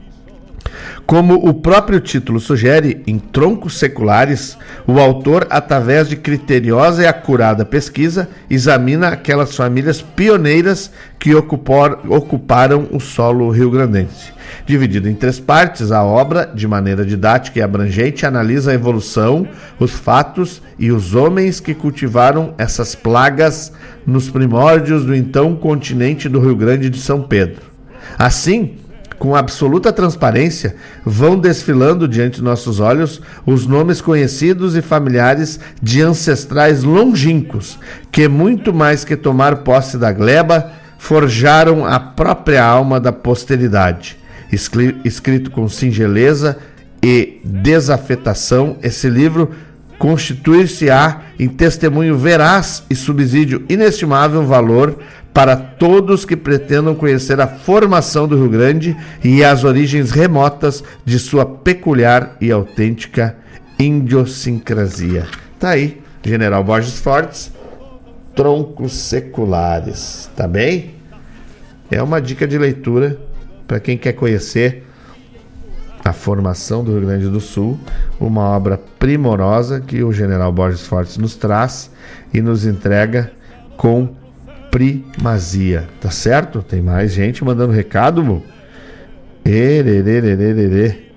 S4: Como o próprio título sugere, em Troncos Seculares, o autor, através de criteriosa e acurada pesquisa, examina aquelas famílias pioneiras que ocupar, ocuparam o solo rio-grandense. Dividida em três partes, a obra, de maneira didática e abrangente, analisa a evolução, os fatos e os homens que cultivaram essas plagas nos primórdios do então continente do Rio Grande de São Pedro. Assim, com absoluta transparência, vão desfilando diante de nossos olhos os nomes conhecidos e familiares de ancestrais longínquos, que muito mais que tomar posse da gleba, forjaram a própria alma da posteridade. Escrito com singeleza e desafetação, esse livro constituir-se-á em testemunho veraz e subsídio inestimável valor para todos que pretendam conhecer a formação do Rio Grande e as origens remotas de sua peculiar e autêntica idiosincrasia. Tá aí, General Borges Fortes, Troncos Seculares, tá bem? É uma dica de leitura para quem quer conhecer a formação do Rio Grande do Sul, uma obra primorosa que o General Borges Fortes nos traz e nos entrega com primazia, tá certo? Tem mais gente mandando recado, mo? Erererererê.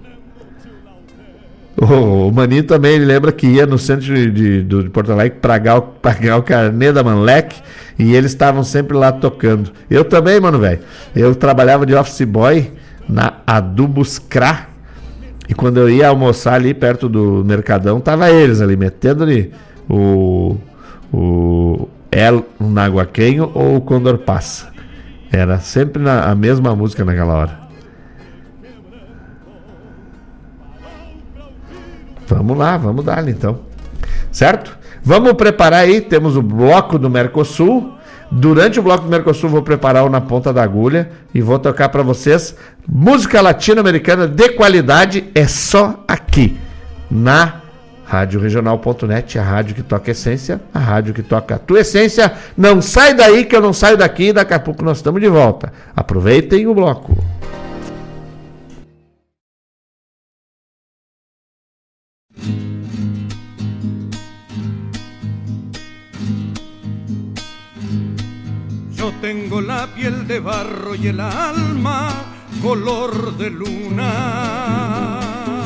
S4: Oh, o Maninho também, ele lembra que ia no centro de, de, de Porto Alegre pagar, pagar o carnê da Manlec e eles estavam sempre lá tocando. Eu também, mano, velho. Eu trabalhava de office boy na Adubos Cra E quando eu ia almoçar ali perto do Mercadão, tava eles ali metendo ali o o El Naguaquenho ou o Condor Passa. Era sempre na, a mesma música naquela hora. Vamos lá, vamos dar então. Certo? Vamos preparar aí, temos o bloco do Mercosul. Durante o bloco do Mercosul vou preparar o Na Ponta da Agulha e vou tocar para vocês música latino-americana de qualidade, é só aqui na rádio regional ponto net, a rádio que toca essência, a rádio que toca a tua essência. Não sai daí que eu não saio daqui, daqui a pouco nós estamos de volta. Aproveitem o bloco.
S7: Yo tengo la piel de barro y el alma color de luna.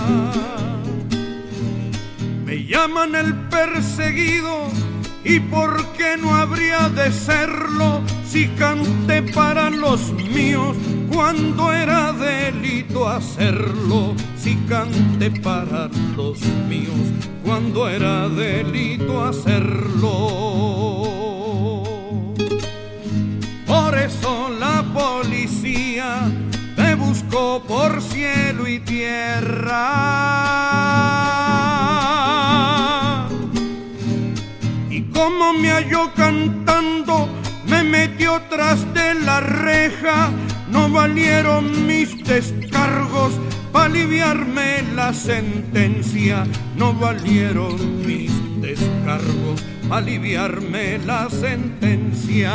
S7: Me llaman el perseguido, ¿y por qué no habría de serlo si canté para los míos cuando era delito hacerlo? Si canté para los míos cuando era delito hacerlo. Por eso la policía te buscó por cielo y tierra. Y como me halló cantando, me metió tras de la reja. No valieron mis descargos para aliviarme la sentencia. No valieron mis descargos para aliviarme la sentencia.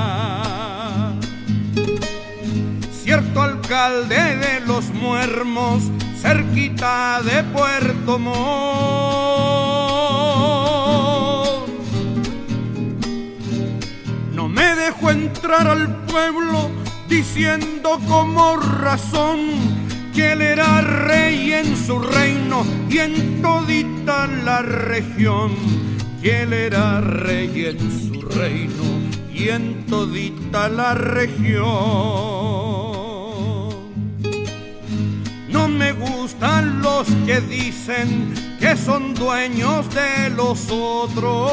S7: Cierto alcalde de Los Muermos, cerquita de Puerto Montt, no me dejó entrar al pueblo diciendo como razón que él era rey en su reino y en todita la región. Que él era rey en su reino y en todita la región. No me gustan los que dicen que son dueños de los otros.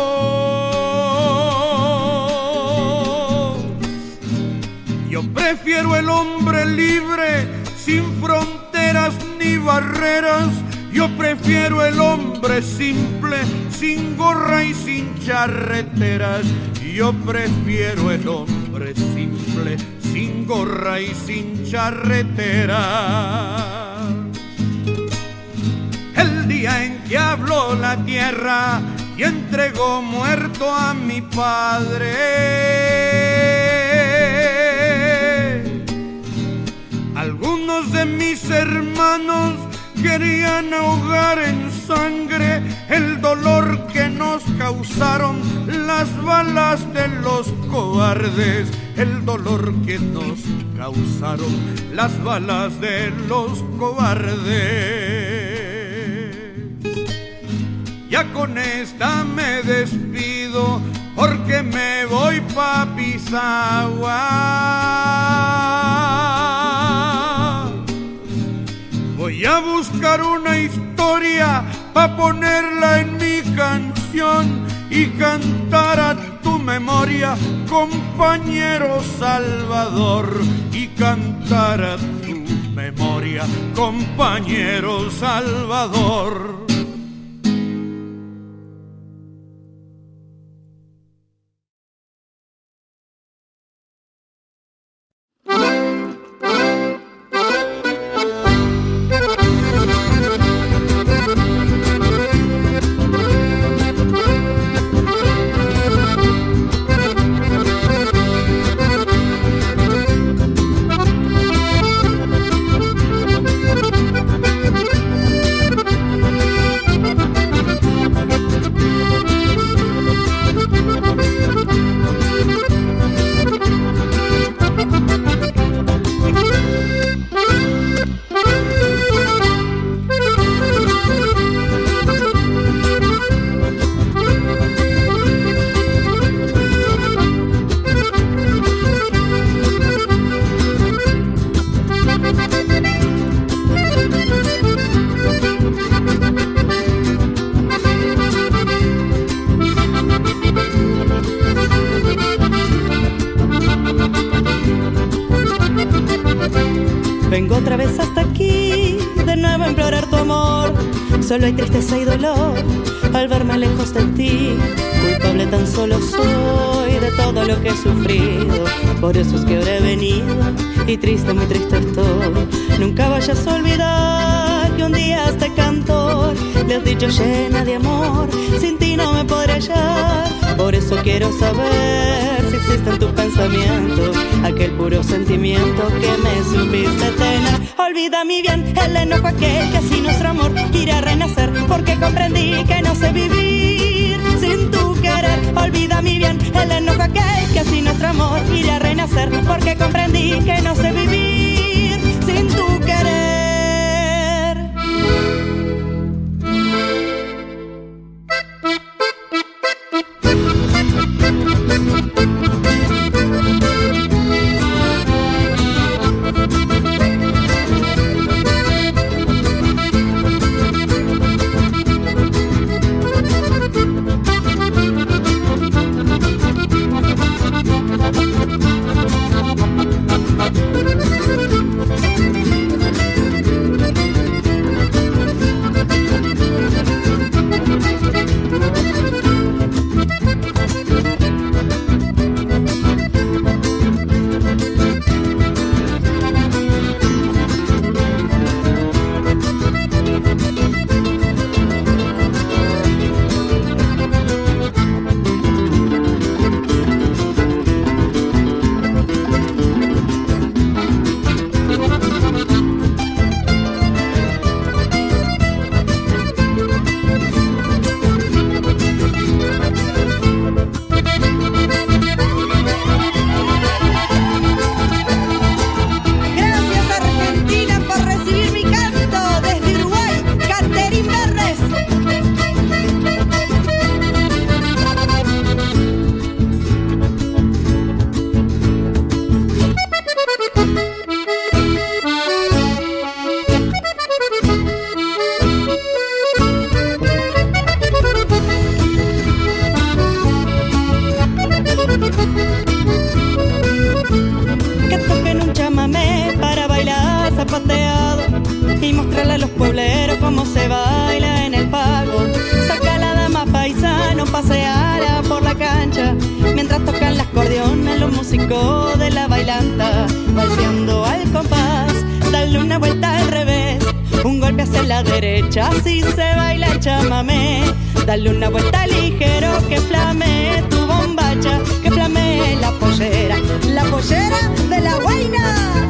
S7: Yo prefiero el hombre libre, sin fronteras ni barreras. Yo prefiero el hombre simple, sin gorra y sin charreteras. Yo prefiero el hombre simple, sin gorra y sin charreteras. El día en que habló la tierra y entregó muerto a mi padre, algunos de mis hermanos querían ahogar en sangre el dolor que nos causaron las balas de los cobardes, el dolor que nos causaron las balas de los cobardes. Ya con esta me despido porque me voy pa' Pisagua. Voy a buscar una historia pa' ponerla en mi canción y cantar a tu memoria, compañero Salvador, y cantar a tu memoria, compañero Salvador.
S15: Vengo otra vez hasta aquí, de nuevo a implorar tu amor. Solo hay tristeza y dolor al verme lejos de ti. Culpable tan solo soy de todo lo que he sufrido. Por eso es que ahora he venido y triste, muy triste estoy. Nunca vayas a olvidar que un día este cantor le has dicho llena de amor, sin ti no me podré hallar. Por eso quiero saber si existe en tu pensamiento aquel puro sentimiento que me supiste tener. Olvida mi bien el enojo aquel que así nuestro amor irá a renacer, porque comprendí que no sé vivir sin tu querer. Olvida mi bien el enojo aquel que así nuestro amor irá a renacer, porque comprendí que no sé vivir sin tu querer. Así se baila el chamamé. Dale una vuelta ligero que flame tu bombacha, que flame la pollera, la pollera de la guaina.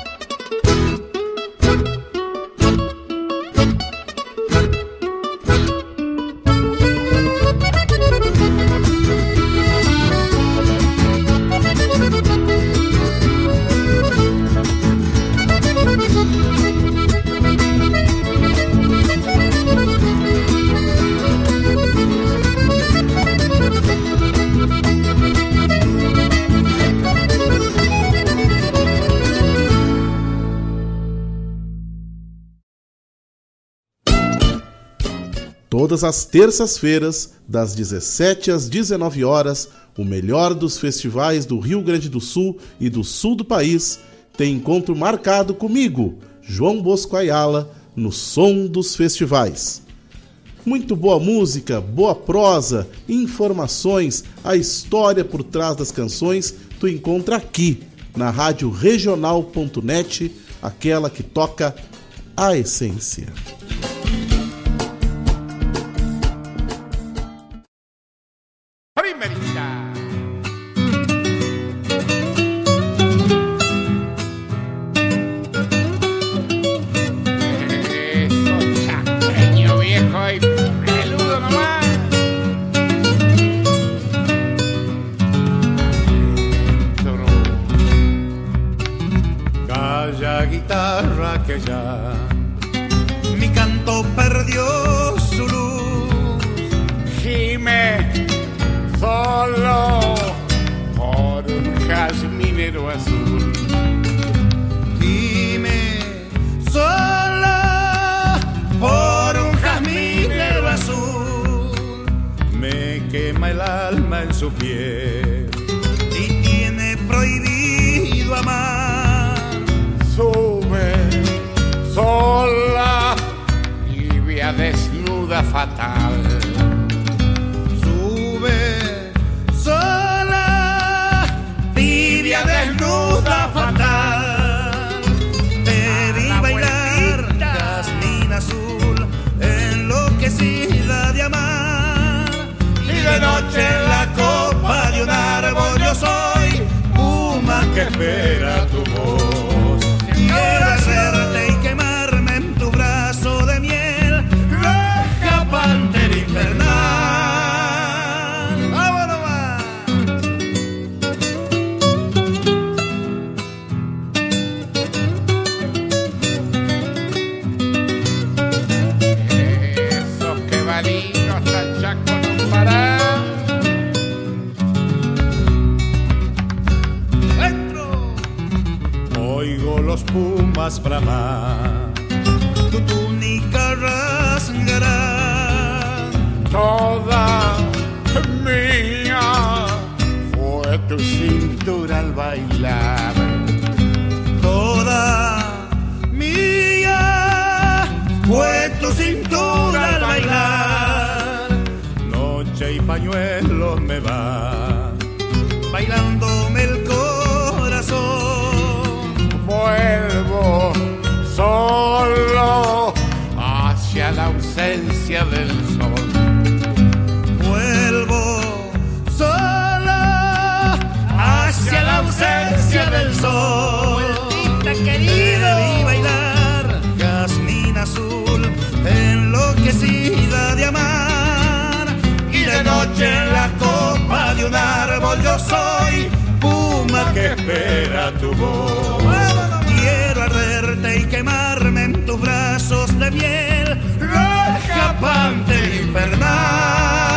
S16: Todas as terças-feiras, das dezessete às dezenove horas, o melhor dos festivais do Rio Grande do Sul e do sul do país tem encontro marcado comigo, João Bosco Ayala, no Som dos Festivais. Muito boa música, boa prosa, informações, a história por trás das canções, tu encontra aqui, na rádio regional ponto net, aquela que toca a essência.
S17: Que ya mi canto perdió su luz, gime solo por un jazminero azul, gime solo por un jazminero azul, me quema el alma en su piel y tiene prohibido amar. Sube fatal. Sube sola, tibia desnuda fatal. Te vi bailar, jazmín azul, enloquecida de amar. Y de noche en la copa de un árbol yo soy puma que espera tu voz. Quiero hacerte y quemarme en tu brazo de miel, roja pantera infernal. ¡Vámonos más! Esos que valinos hasta el Chaco no paran. Oigo los pumas bramar, tu túnica rasgará. Toda mía fue tu cintura al bailar. Toda mía fue tu cintura al bailar. Noche y pañuelo me va bailándome el corazón. Vuelvo solo hacia la ausencia del sol. Vuelvo solo hacia la ausencia del sol. Querido. Te vi bailar, jazmín azul, enloquecida de amar. Y de noche en la copa de un árbol yo soy puma que espera tu voz. Quiero arderte y quemarme en tus brazos de miel, roja pantera infernal.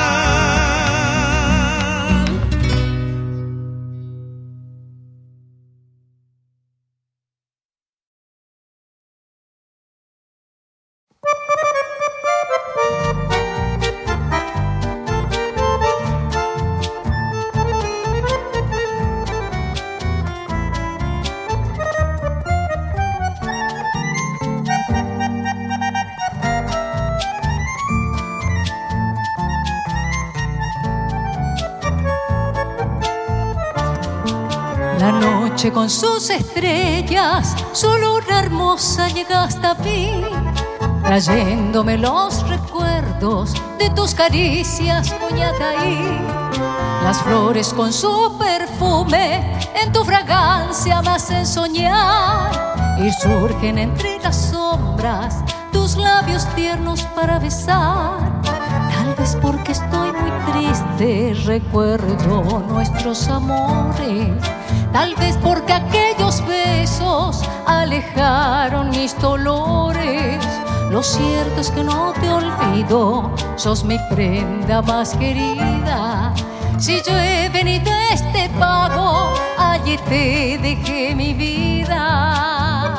S12: La noche con sus estrellas, solo una hermosa llega hasta mí, trayéndome los recuerdos de tus caricias, Coñataí. Las flores con su perfume, en tu fragancia me hacen soñar, y surgen entre las sombras tus labios tiernos para besar. Tal vez porque estoy muy triste, recuerdo nuestros amores. Tal vez porque aquellos besos alejaron mis dolores. Lo cierto es que no te olvido, sos mi prenda más querida. Si yo he venido a este pago, allí te dejé mi vida.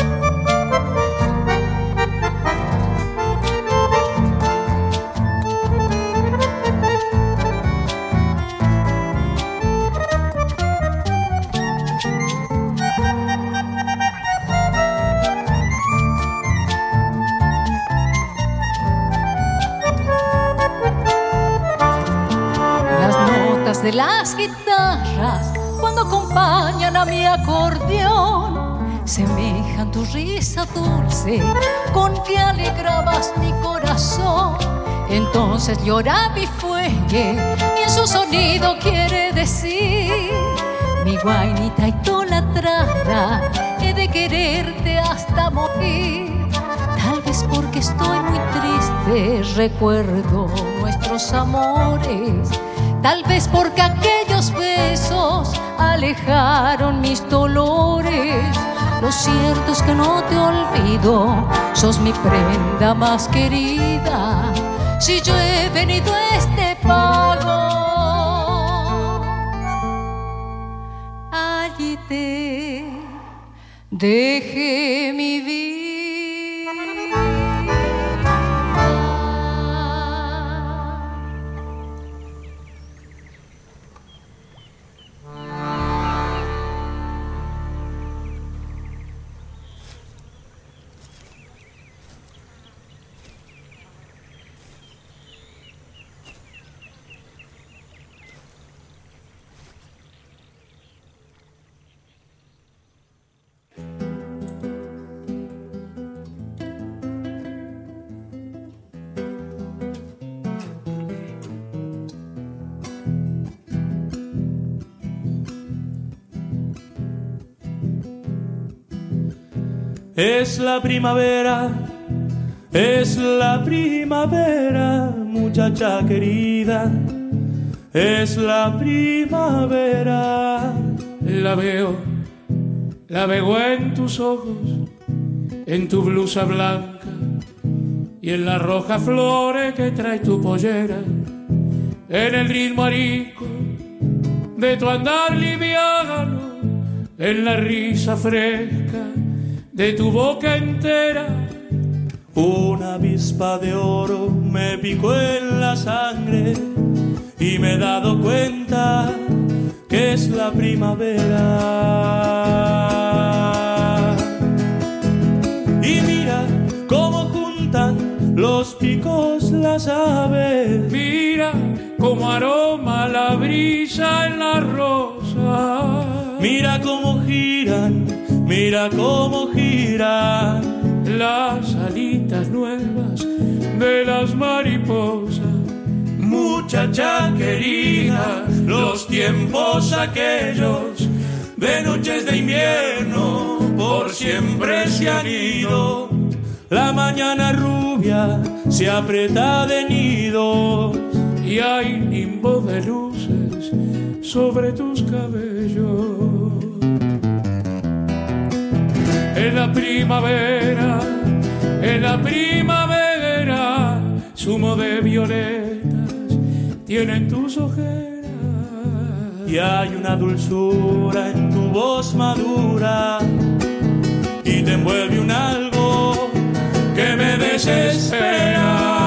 S12: De las guitarras cuando acompañan a mi acordeón semejan tu risa dulce con que alegrabas mi corazón. Entonces llora mi fuelle y en su sonido quiere decir: mi guainita idolatrada, he de quererte hasta morir. Tal vez porque estoy muy triste, recuerdo nuestros amores. Tal vez porque aquellos besos alejaron mis dolores. Lo cierto es que no te olvido, sos mi prenda más querida. Si yo he venido a este pago, allí te dejé mi vida.
S7: Es la primavera, es la primavera, muchacha querida, es la primavera.
S18: La veo, la veo en tus ojos, en tu blusa blanca y en las rojas flores que trae tu pollera, en el ritmo arico de tu andar liviano, en la risa fresca de tu boca entera.
S7: Una avispa de oro me picó en la sangre y me he dado cuenta que es la primavera. Y mira cómo juntan los picos las aves.
S18: Mira cómo aroma la brisa en la rosa.
S7: Mira cómo giran, mira cómo giran
S18: las alitas nuevas de las mariposas.
S7: Muchacha querida, los tiempos aquellos de noches de invierno por siempre se han ido. La mañana rubia se aprieta de nidos
S18: y hay nimbos de luces sobre tus cabellos. En la primavera, en la primavera, zumo de violetas tienen tus ojeras.
S7: Y hay una dulzura en tu voz madura y te envuelve un algo que me desespera.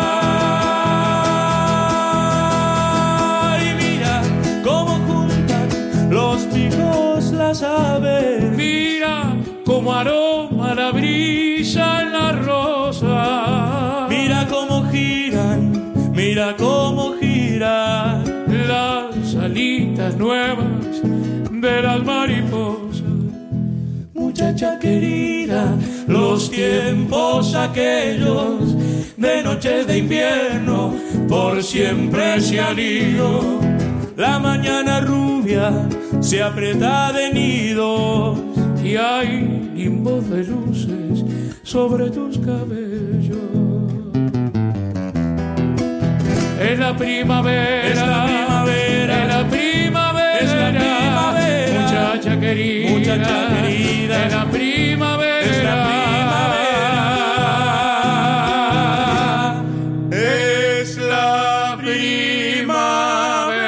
S7: Y mira cómo juntan los picos las aves.
S18: Mira cómo aroma la brisa en la rosa.
S7: Mira cómo giran, mira cómo giran
S18: las alitas nuevas de las mariposas.
S7: Muchacha querida, los tiempos aquellos de noches de invierno por siempre se han ido. La mañana rubia se aprieta de nidos
S18: y hay nimbos de luces sobre tus cabellos. Es la primavera,
S7: es la primavera,
S18: es la primavera,
S7: es la primavera,
S18: muchacha querida,
S7: muchacha querida,
S18: es la primavera,
S7: es la primavera, es la primavera.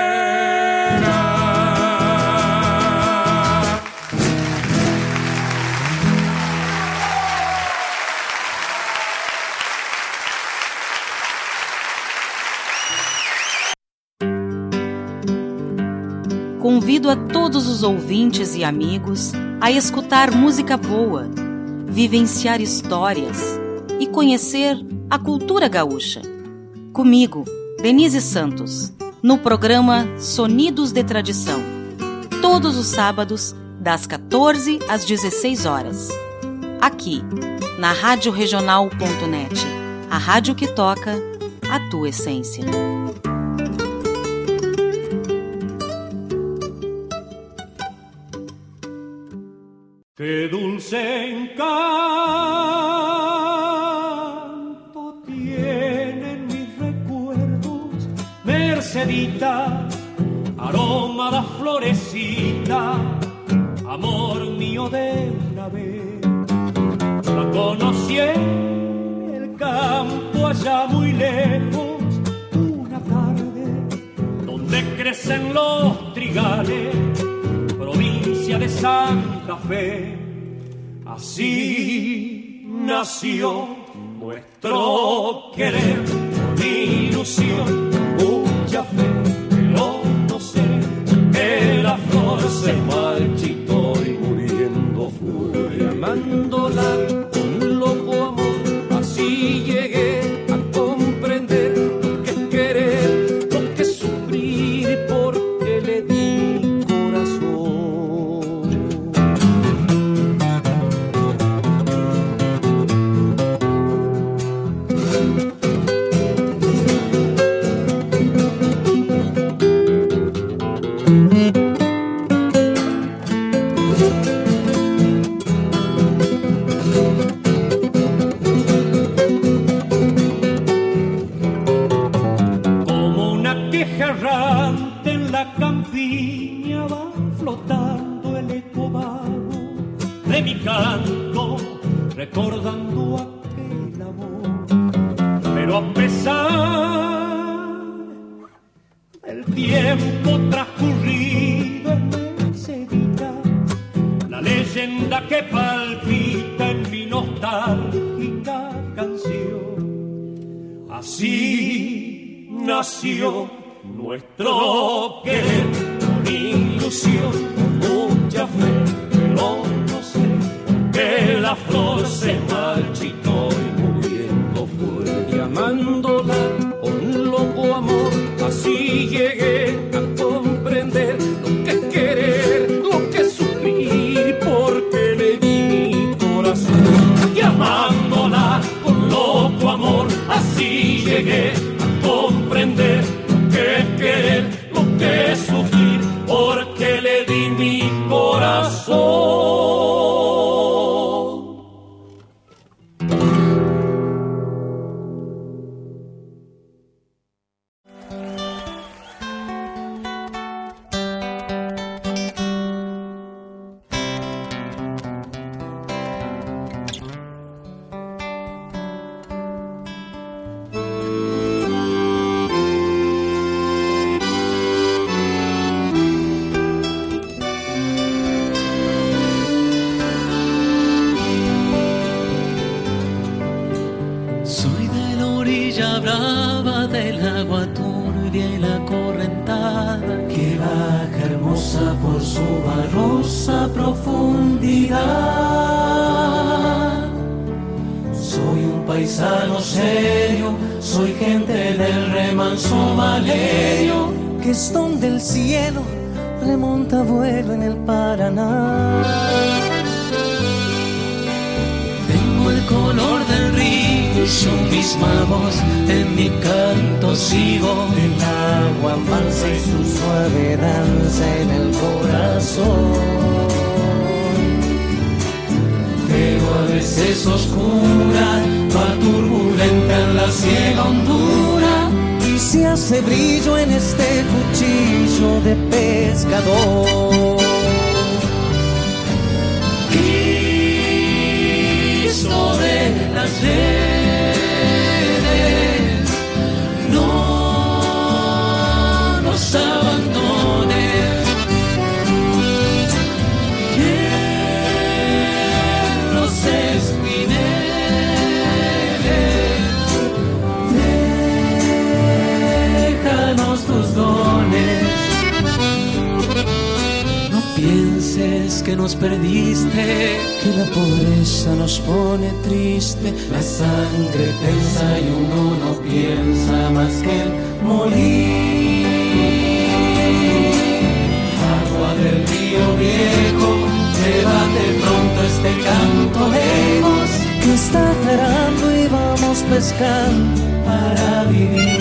S19: Convido a todos os ouvintes e amigos a escutar música boa, vivenciar histórias e conhecer a cultura gaúcha. Comigo, Denise Santos, no programa Sonidos de Tradição, todos os sábados, das quatorze às dezesseis horas. Aqui, na rádio regional ponto net, a rádio que toca a tua essência.
S7: Qué dulce encanto tienen mis recuerdos, Mercedita, aroma da florecita, amor mío de una vez. La conocí en el campo allá muy lejos, una tarde donde crecen los trigales, provincia de Santa Fe. Así nació nuestro querer, con ilusión, mucha fe, pero no sé que la flor se marchitó y muriendo fue, amándola con loco amor. Así llegué a comprender lo que es querer, lo que es sufrir, porque le di corazón.
S20: recordando aquel amor. Pero a pesar del tiempo transcurrido en Sevilla, la leyenda que palpita en mi nostálgica canción, así nació nuestro querer, con ilusión, con mucha fe, pero no sé que la flor se marchitó y muriendo fue. Y amándola con loco amor, así llegué a comprender lo que es querer, lo que es sufrir, porque le di mi corazón. Y amándola con loco amor, así llegué a comprender lo que es querer, lo que es sufrir, porque le di mi corazón.
S21: Del cielo remonta vuelo en el Paraná.
S22: Tengo el color del río, su misma voz, en mi canto sigo.
S21: El agua mansa y su suave danza en el corazón.
S22: Pero a veces oscura, va turbulenta en la ciega hondura.
S21: Se hace brillo en este cuchillo de pescador.
S22: Cristo de las redes, no nos abandones. En los espineles tus dones. No pienses que nos perdiste,
S21: que la pobreza nos pone triste.
S22: La sangre tensa y uno no piensa más que el morir. Agua del río viejo, llévate pronto este canto lejos,
S21: que está cerrando y vamos pescando
S22: para vivir.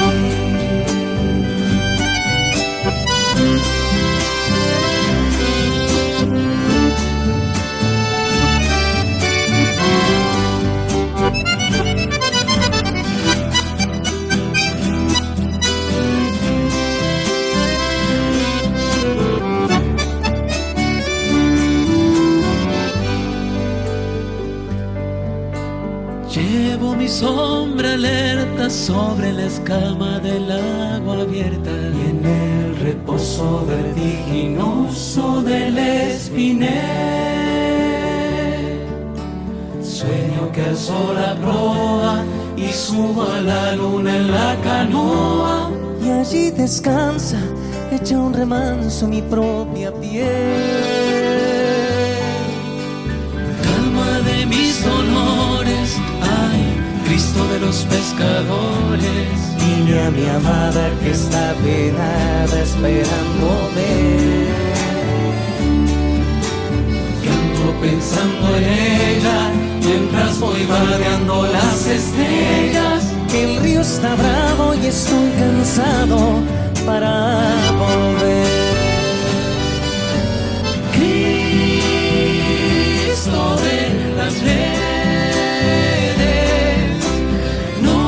S22: Llevo mi sombra alerta sobre la escama del agua abierta, y en el reposo vertiginoso del espinel sueño que alzo la proa y subo a la luna en la canoa,
S21: y allí descansa, echa un remanso mi propia piel.
S22: Calma de mis dolores, ay, Cristo de los pescadores.
S21: Niña mi amada que está penada esperándome.
S22: Canto pensando en ella mientras voy vadeando las estrellas.
S21: El río está bravo y estoy cansado para volver.
S22: Cristo de las redes, no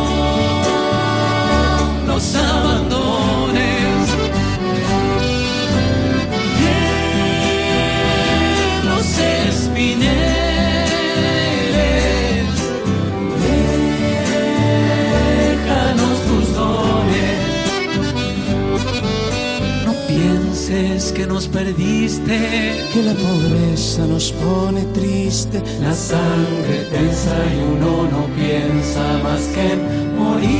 S22: nos abandones. En los espineles perdiste,
S21: que la pobreza nos pone triste,
S22: la sangre tensa y uno no piensa más que en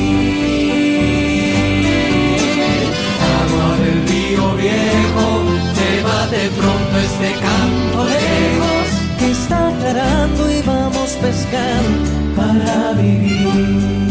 S22: morir. Agua del río viejo, lleva de pronto este canto lejos,
S21: que está aclarando y vamos pescando
S22: para vivir.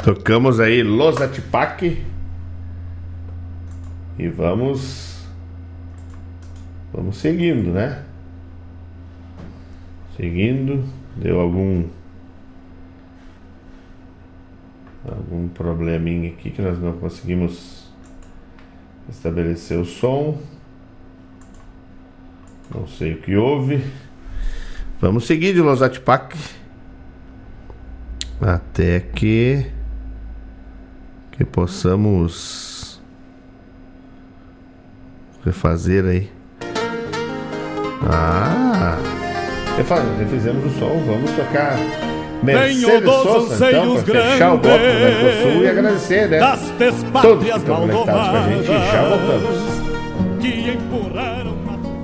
S4: Tocamos aí Los Atipac. E vamos. Vamos seguindo, né? Seguindo. Deu algum. Algum probleminha aqui que nós não conseguimos estabelecer o som. Não sei o que houve. Vamos seguir de Los Atipac até que que possamos refazer aí. Ah, refizemos o som. Vamos tocar Mercedes Sosa então, para fechar o bloco do Mercosul e agradecer, né, todos que estão conectados com a gente. E já voltamos.
S3: Que empurraram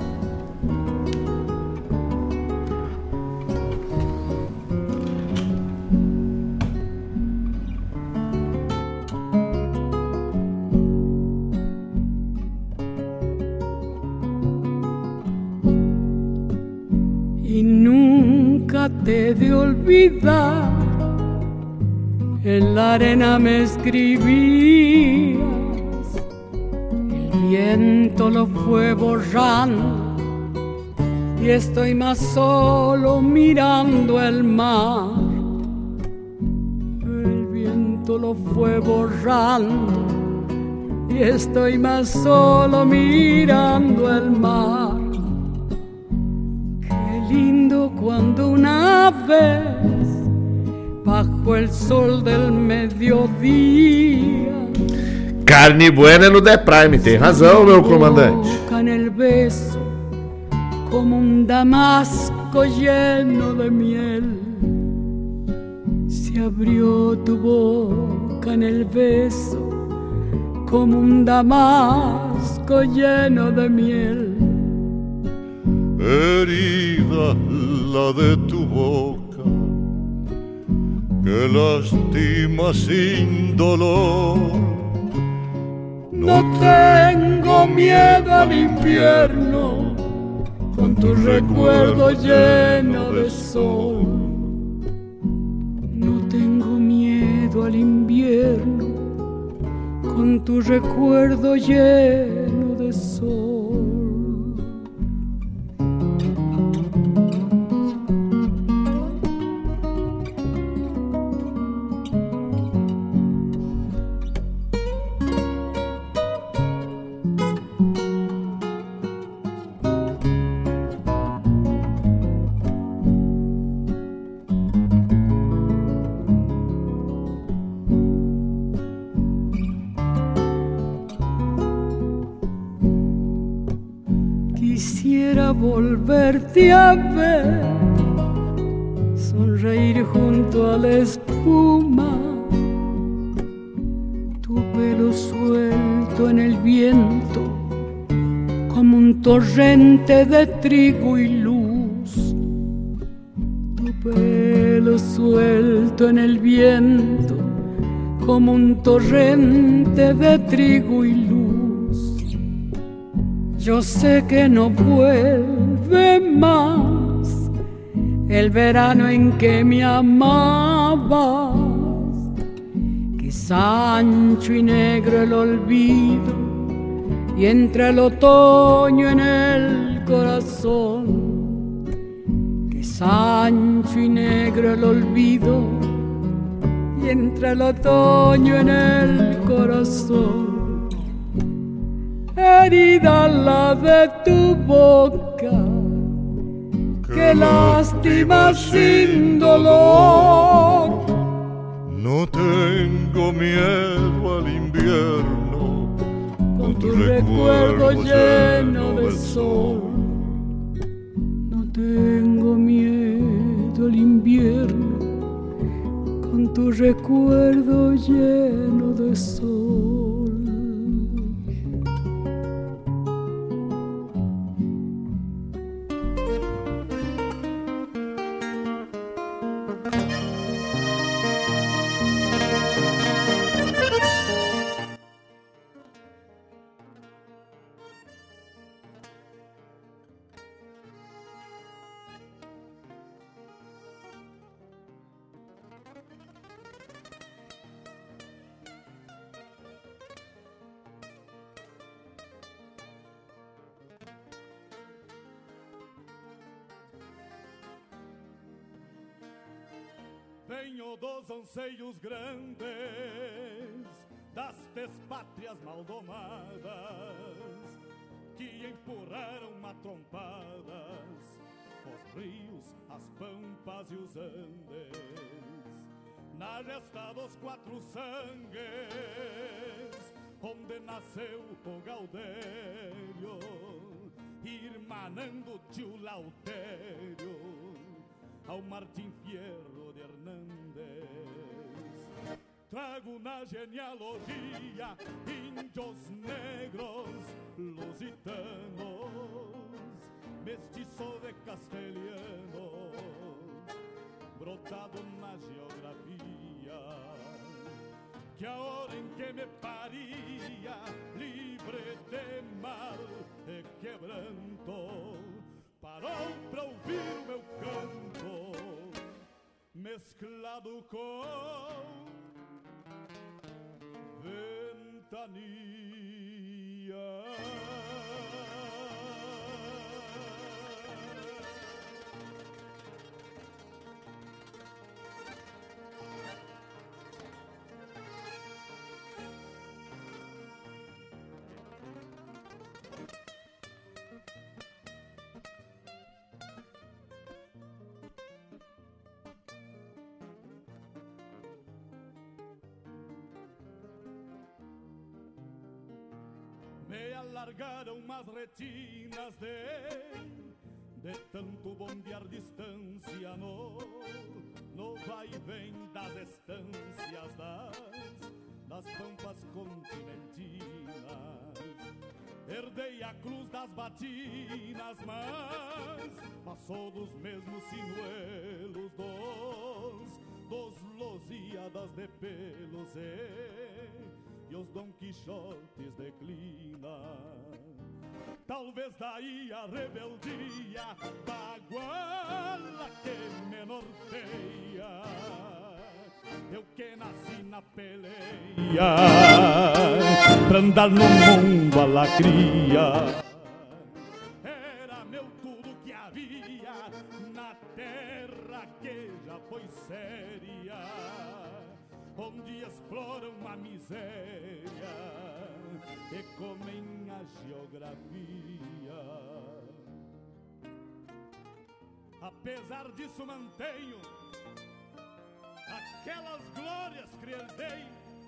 S22: y nunca te de olvidar. En la arena me escribías, el viento lo fue borrando y estoy más solo mirando el mar. El viento lo fue borrando y estoy más solo mirando el mar. Lindo cuando una vez bajo el sol del mediodía
S4: carne buena no The Prime, tem razão, meu comandante.
S22: en el beso como un damasco lleno de miel. Se abrió tu boca en el beso como un damasco lleno de miel.
S13: Herida la de tu boca, que lastima sin dolor.
S22: No tengo miedo al invierno, con tu recuerdo lleno de sol. No tengo miedo al invierno, con tu recuerdo lleno de sol. Quisiera volverte a ver, sonreír junto a la espuma, tu pelo suelto en el viento, como un torrente de trigo y luz. Tu pelo suelto en el viento, como un torrente de trigo y luz. Yo sé que no vuelve más el verano en que me amabas, que es ancho y negro el olvido y entre el otoño en el corazón, que es ancho y negro el olvido y entre el otoño en el corazón. Herida la de tu boca, que lastima sin dolor.
S13: No tengo miedo al invierno,
S22: con tu recuerdo lleno de sol. No tengo miedo al invierno, con tu recuerdo lleno de sol.
S3: Venho dos anseios grandes das despátrias maldomadas que empurraram matrompadas os rios, as pampas e os andes, na gesta dos quatro sangues, onde nasceu o Gaudério, irmanando o tio Lautério ao Martim Fierro de Hernández. Trago na genealogia índios negros lusitanos, mestiço de castelhano, brotado na geografia, que a hora em que me paria, livre de mal e quebranto, parou pra ouvir o meu canto, mesclado com ventania. Me alargaram umas retinas de, de tanto bombear distância no, no vai e vem das estâncias das, das pampas continentinas. Herdei a cruz das batinas, mas passou dos mesmos sinuelos dos, dos Lusíadas de pelos e, e os Dom Quixotes declina. Talvez daí a rebeldia da guala que me norteia, eu que nasci na peleia pra andar no mundo a lacria. Era meu tudo que havia na terra que já foi séria, onde exploram a miséria e comem a geografia. Apesar disso mantenho aquelas glórias que herdei,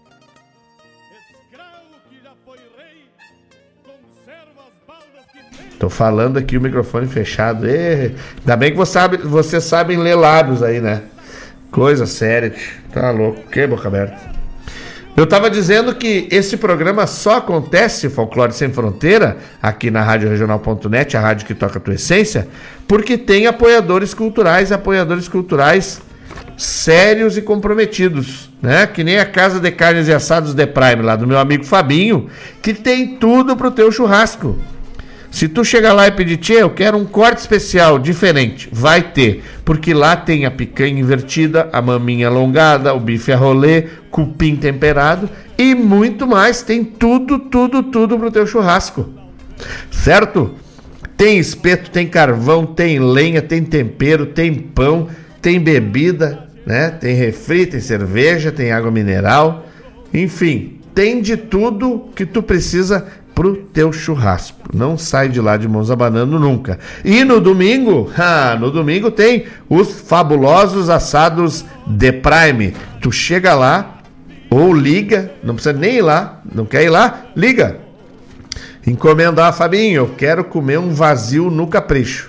S3: escravo que já foi rei, conserva as baldas que tem.
S4: Tô falando aqui o microfone fechado. E, ainda bem que você sabe, vocês sabem ler lábios aí, né? Coisa séria, tá louco, que boca aberta. Eu tava dizendo que esse programa só acontece, Folclore Sem Fronteira, aqui na rádio regional ponto net, a rádio que toca a tua essência, porque tem apoiadores culturais, apoiadores culturais sérios e comprometidos, né? Que nem a Casa de Carnes e Assados de Prime, lá do meu amigo Fabinho, que tem tudo pro teu churrasco. Se tu chegar lá e pedir, tchê, eu quero um corte especial, diferente, vai ter. Porque lá tem a picanha invertida, a maminha alongada, o bife a rolê, cupim temperado e muito mais. Tem tudo, tudo, tudo pro teu churrasco. Certo? Tem espeto, tem carvão, tem lenha, tem tempero, tem pão, tem bebida, né? Tem refri, tem cerveja, tem água mineral. Enfim, tem de tudo que tu precisa pro teu churrasco. Não sai de lá de mãos abanando nunca. E no domingo, ah, no domingo tem os fabulosos assados de Prime. Tu chega lá ou liga, não precisa nem ir lá, não quer ir lá? Liga. Encomenda, ah, Fabinho, eu quero comer um vazio no capricho.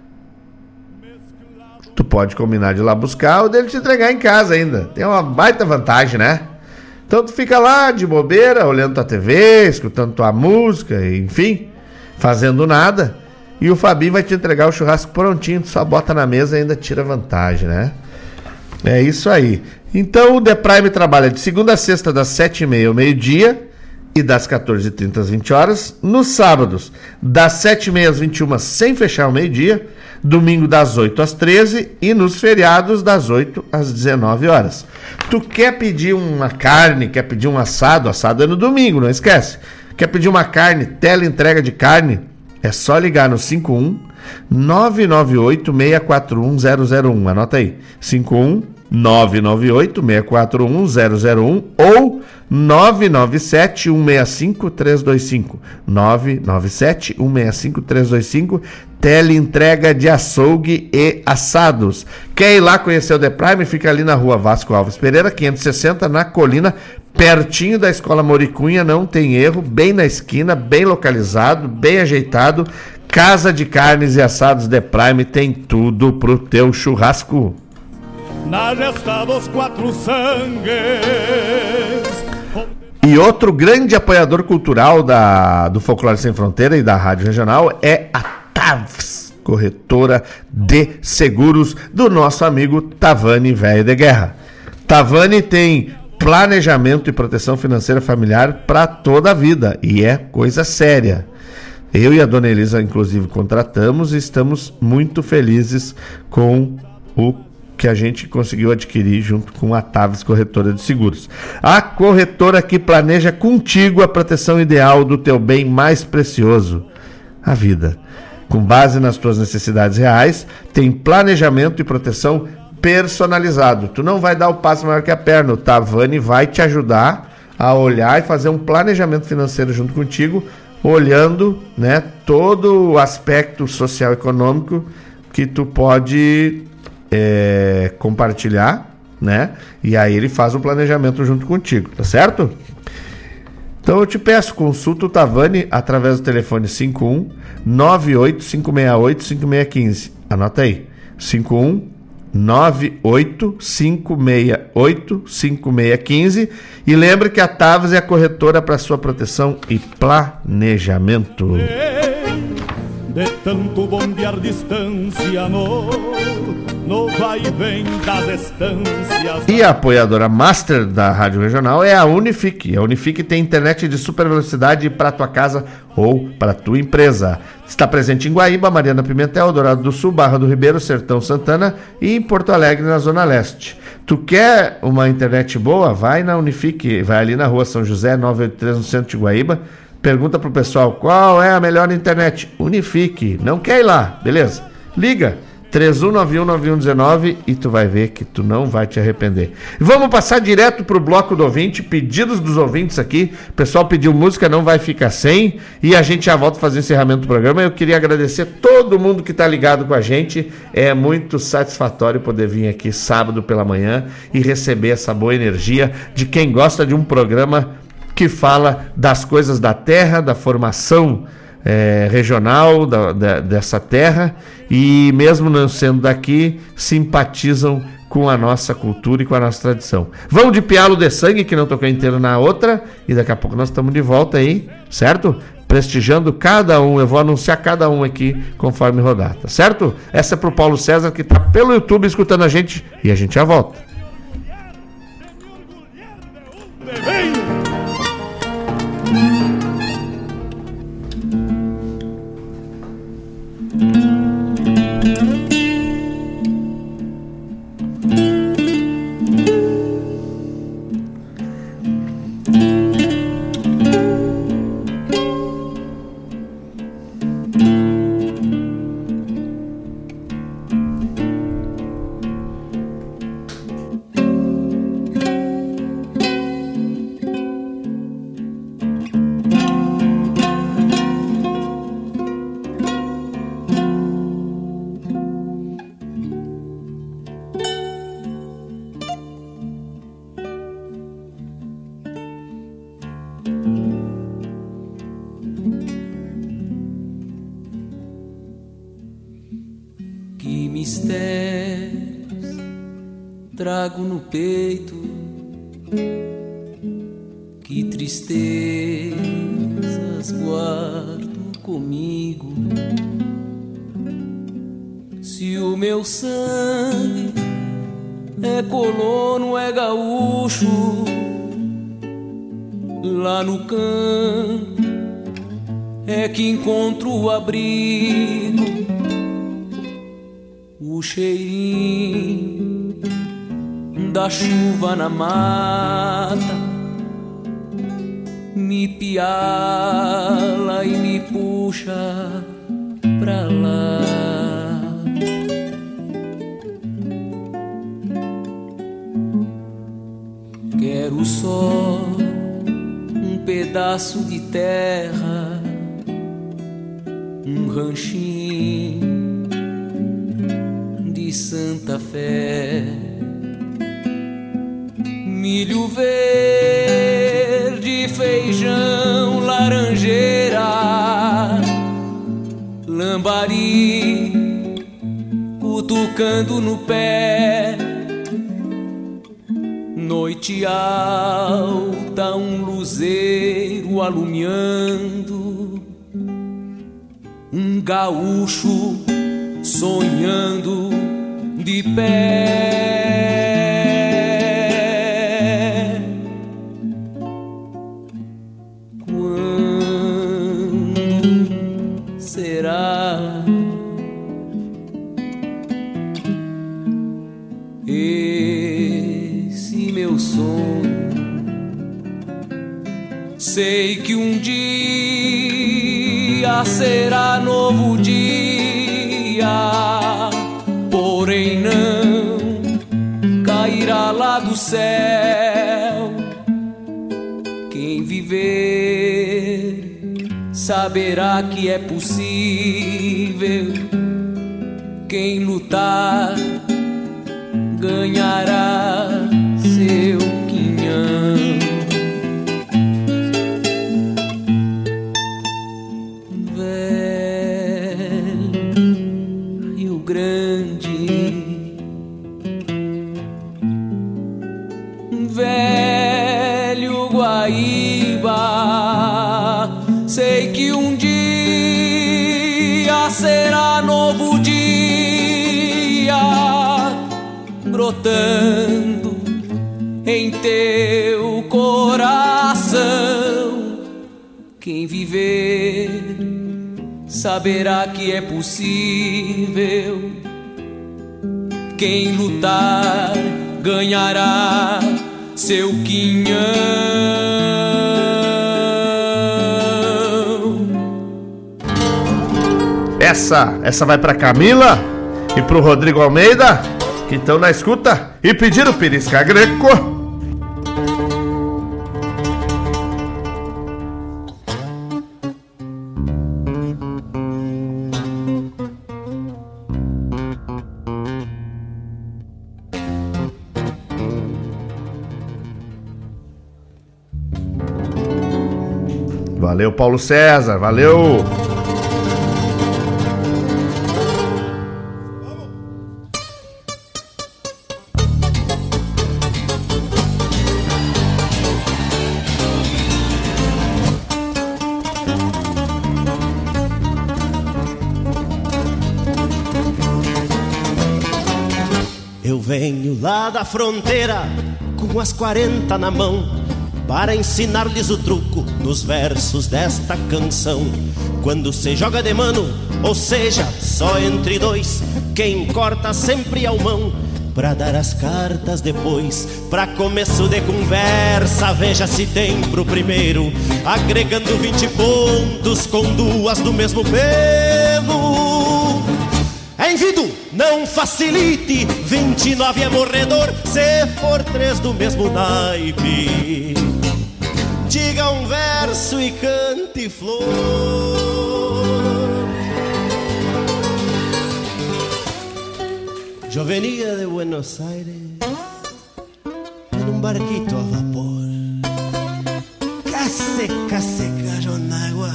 S4: Tu pode combinar de ir lá buscar ou dele te entregar em casa ainda. Tem uma baita vantagem, né? Então tu fica lá de bobeira, olhando tua T V, escutando tua música, enfim, fazendo nada. E o Fabinho vai te entregar o churrasco prontinho, tu só bota na mesa e ainda tira vantagem, né? É isso aí. Então o The Prime trabalha de segunda a sexta, das sete e meia ao meio-dia e das quatorze e trinta às vinte horas. Nos sábados, das sete e meia às vinte e uma, sem fechar o meio-dia. Domingo das oito às treze e nos feriados das oito às dezenove horas. Tu quer pedir uma carne, quer pedir um assado, assado é no domingo, não esquece. Quer pedir uma carne, tela entrega de carne, é só ligar no cinco um nove nove oito, seis quatro um, zero zero um. Anota aí, cinco um nove nove oito, seis quatro um, zero zero um ou nove nove sete, um seis cinco, três dois cinco. nove nove sete, um seis cinco, três dois cinco. Teleentrega de açougue e assados. Quer ir lá conhecer o The Prime? Fica ali na rua Vasco Alves Pereira, quinhentos e sessenta, na Colina, pertinho da Escola Moricunha, não tem erro, bem na esquina, bem localizado, bem ajeitado. Casa de Carnes e Assados The Prime tem tudo pro teu churrasco.
S3: Na gesta dos quatro sangues.
S4: E outro grande apoiador cultural da, do Folclore Sem Fronteira e da Rádio Regional é a Tavs, corretora de seguros do nosso amigo Tavani Velho de Guerra. Tavani tem planejamento e proteção financeira familiar para toda a vida e é coisa séria. Eu e a dona Elisa, inclusive, contratamos e estamos muito felizes com o que a gente conseguiu adquirir junto com a Taves Corretora de Seguros. A corretora que planeja contigo a proteção ideal do teu bem mais precioso, a vida. Com base nas tuas necessidades reais, tem planejamento e proteção personalizado. Tu não vai dar o passo maior que a perna. O Tavani vai te ajudar a olhar e fazer um planejamento financeiro junto contigo, olhando, né, todo o aspecto social e econômico que tu pode é, compartilhar, né? E aí ele faz um planejamento junto contigo, tá certo? Então eu te peço, consulta o Tavani através do telefone cinco um nove oito cinco seis oito cinco seis um cinco. Anota aí, cinco um nove oito cinco seis oito cinco seis um cinco, e lembre que a Tavas é a corretora para sua proteção e planejamento.
S3: De tanto bombear distância no, no vai e vem das estâncias.
S4: E a apoiadora master da Rádio Regional é a Unifique. A Unifique tem internet de super velocidade para tua casa ou para tua empresa. Está presente em Guaíba, Mariana Pimentel, Dourado do Sul, Barra do Ribeiro, Sertão Santana e em Porto Alegre, na Zona Leste. Tu quer uma internet boa? Vai na Unifique, vai ali na rua São José, novecentos e oitenta e três, no centro de Guaíba. Pergunta pro pessoal qual é a melhor internet. Unifique. Não quer ir lá? Beleza. Liga três um nove um nove um um nove e tu vai ver que tu não vai te arrepender. Vamos passar direto pro bloco do ouvinte, pedidos dos ouvintes aqui. O pessoal pediu música, não vai ficar sem, e a gente já volta a fazer o encerramento do programa. Eu queria agradecer todo mundo que tá ligado com a gente. É muito satisfatório poder vir aqui sábado pela manhã e receber essa boa energia de quem gosta de um programa que fala das coisas da terra, da formação é, regional da, da, dessa terra, e mesmo não sendo daqui, simpatizam com a nossa cultura e com a nossa tradição. Vamos de Pialo de Sangue, que não tocou inteiro na outra, e daqui a pouco nós estamos de volta aí, certo? Prestigiando cada um, eu vou anunciar cada um aqui conforme rodar, tá certo? Essa é pro Paulo César, que tá pelo YouTube escutando a gente, e a gente já volta.
S1: Trago no peito, que tristezas guardo comigo. Se o meu sangue é colono, é gaúcho, lá no campo é que encontro o abrigo, o cheirinho da chuva na mata me piala e me puxa pra lá. Quero só um pedaço de terra, um ranchinho de Santa Fé, milho verde, feijão, laranjeira, lambari cutucando no pé. Noite alta, um luzeiro alumiando, um gaúcho sonhando de pé. Quando será esse meu sonho? Sei que um dia será novo dia, porém não cairá lá do céu. Quem viver saberá que é possível. Quem lutar ganhará seu quinhão. Velho Rio Grande, velho Guaíba, sei que um dia será novo dia, brotando em teu coração. Quem viver saberá que é possível. Quem lutar ganhará seu quinhão.
S4: Essa, essa vai pra Camila e pro Rodrigo Almeida, que estão na escuta e pediram Pirisca Greco. Valeu, Paulo César, valeu.
S2: Eu venho lá da fronteira com as quarenta na mão para ensinar-lhes o truco nos versos desta canção. Quando se joga de mano, ou seja, só entre dois, quem corta sempre é o mão pra dar as cartas depois. Pra começo de conversa, veja se tem pro primeiro, agregando vinte pontos com duas do mesmo pelo. Envido, não facilite, vinte e nove é morredor, se for três do mesmo naipe. Diga um verso e cante flor. Eu venia de Buenos Aires en un barquito a vapor. Casi, casi cayó en agua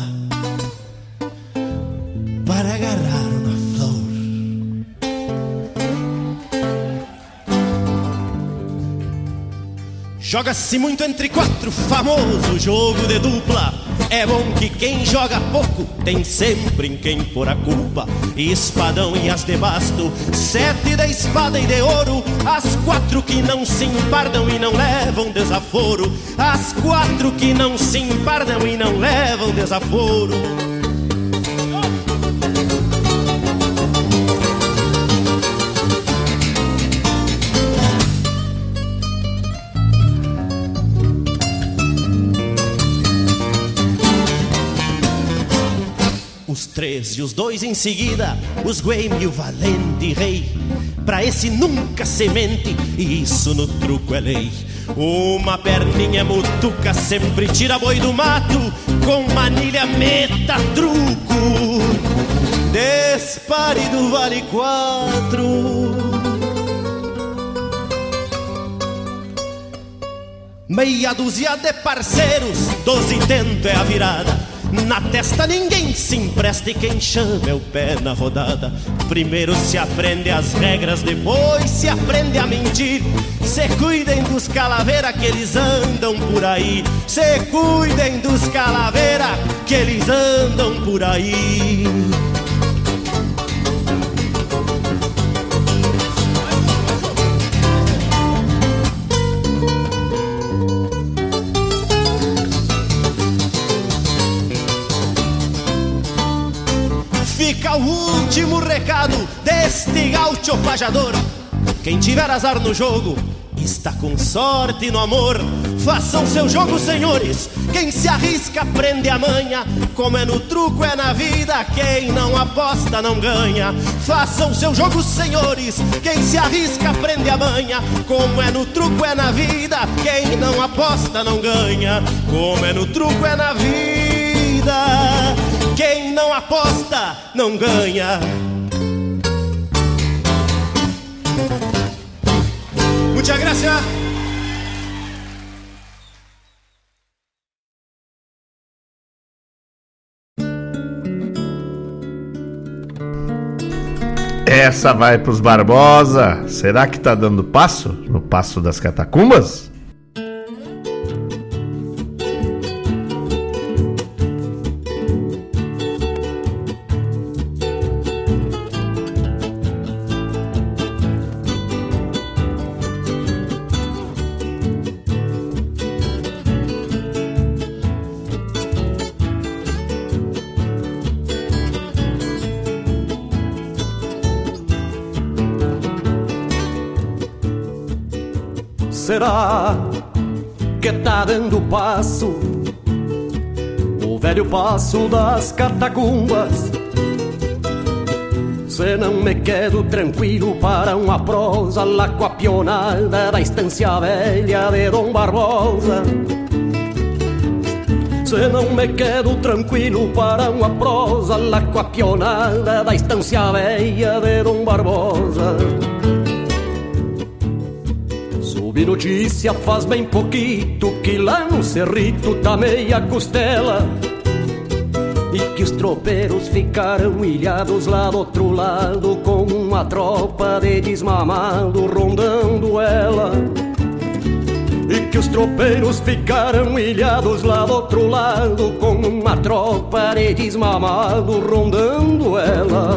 S2: para agarrar una flor. Joga-se muito entre quatro, famoso jogo de dupla. É bom que quem joga pouco tem sempre em quem pôr a culpa. Espadão e as de basto, sete da espada e de ouro, as quatro que não se empardam e não levam desaforo. As quatro que não se empardam e não levam desaforo. Os três e os dois em seguida, os Gueme e o valente rei. Pra esse nunca semente, e isso no truco é lei. Uma perninha mutuca sempre tira boi do mato, com manilha meta truco, despare do vale quatro. Meia dúzia de parceiros, doze tento é a virada. Na testa ninguém se empresta e quem chama é o pé na rodada. Primeiro se aprende as regras, depois se aprende a mentir. Se cuidem dos calaveira que eles andam por aí. Se cuidem dos calaveira que eles andam por aí. Fica o último recado deste gaúcho pajador. Quem tiver azar no jogo está com sorte no amor. Façam seu jogo, senhores. Quem se arrisca prende a manha. Como é no truco é na vida, quem não aposta não ganha. Façam seu jogo, senhores. Quem se arrisca prende a manha. Como é no truco é na vida, quem não aposta não ganha. Como é no truco é na vida, quem não aposta não ganha. Muchas gracias.
S4: Essa vai pros Barbosa. Será que tá dando passo no Passo das Catacumbas?
S21: Será que tá dando passo, o velho passo das catacumbas? Se não me quedo tranquilo para uma prosa lá com a pionada da estância velha de Dom Barbosa. Se não me quedo tranquilo para uma prosa lá com a pionada da estância velha de Dom Barbosa. Vi notícia faz bem pouquito que lá no cerrito tá meia costela e que os tropeiros ficaram ilhados lá do outro lado com uma tropa de desmamado rondando ela. E que os tropeiros ficaram ilhados lá do outro lado com uma tropa de desmamado rondando ela.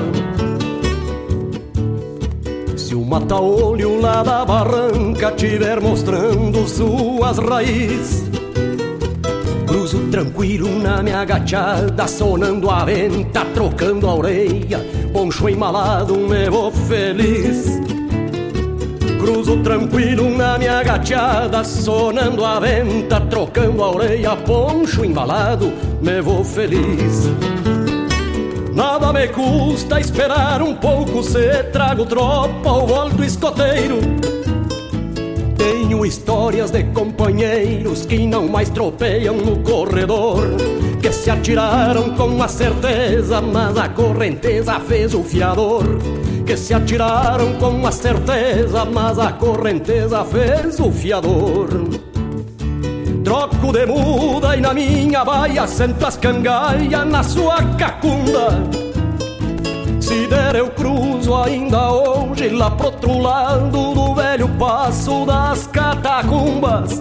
S21: Se o mata-olho lá da barranca tiver mostrando suas raízes, cruzo tranquilo na minha agachada, sonando a venta, trocando a orelha, poncho embalado, me vou feliz. Cruzo tranquilo na minha agachada, sonando a venta, trocando a orelha, poncho embalado, me vou feliz. Nada me custa esperar um pouco, se trago tropa ou volto escoteiro. Tenho histórias de companheiros que não mais tropeiam no corredor, que se atiraram com a certeza, mas a correnteza fez o fiador. Que se atiraram com a certeza, mas a correnteza fez o fiador. Troco de muda e na minha baia sento as cangaias na sua cacunda. Se der eu cruzo ainda hoje lá pro outro lado do velho passo das catacumbas,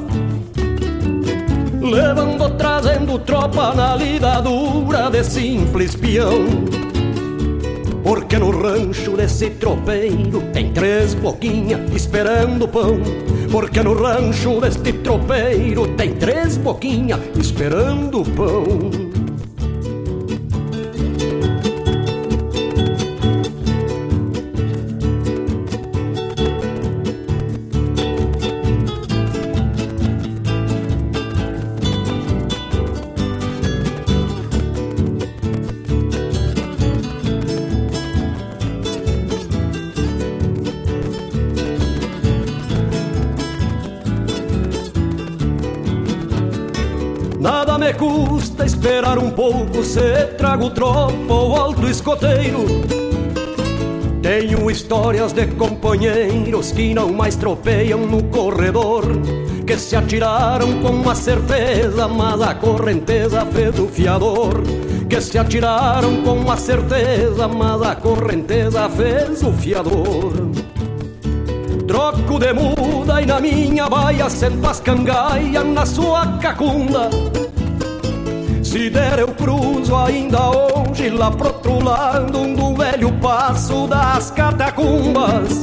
S21: levando, trazendo tropa na lida dura de simples peão. Porque no rancho desse tropeiro tem três boquinhas esperando pão. Porque no rancho deste tropeiro tem três boquinhas esperando pão. Nada me custa esperar um pouco, se trago tropa ou alto escoteiro. Tenho histórias de companheiros que não mais tropeiam no corredor, que se atiraram com a certeza, mas a correnteza fez o fiador. Que se atiraram com a certeza, mas a correnteza fez o fiador. Troco de muda e na minha baia sento as cangaias na sua cacunda. Se der eu cruzo ainda hoje lá pro outro lado do velho passo das catacumbas,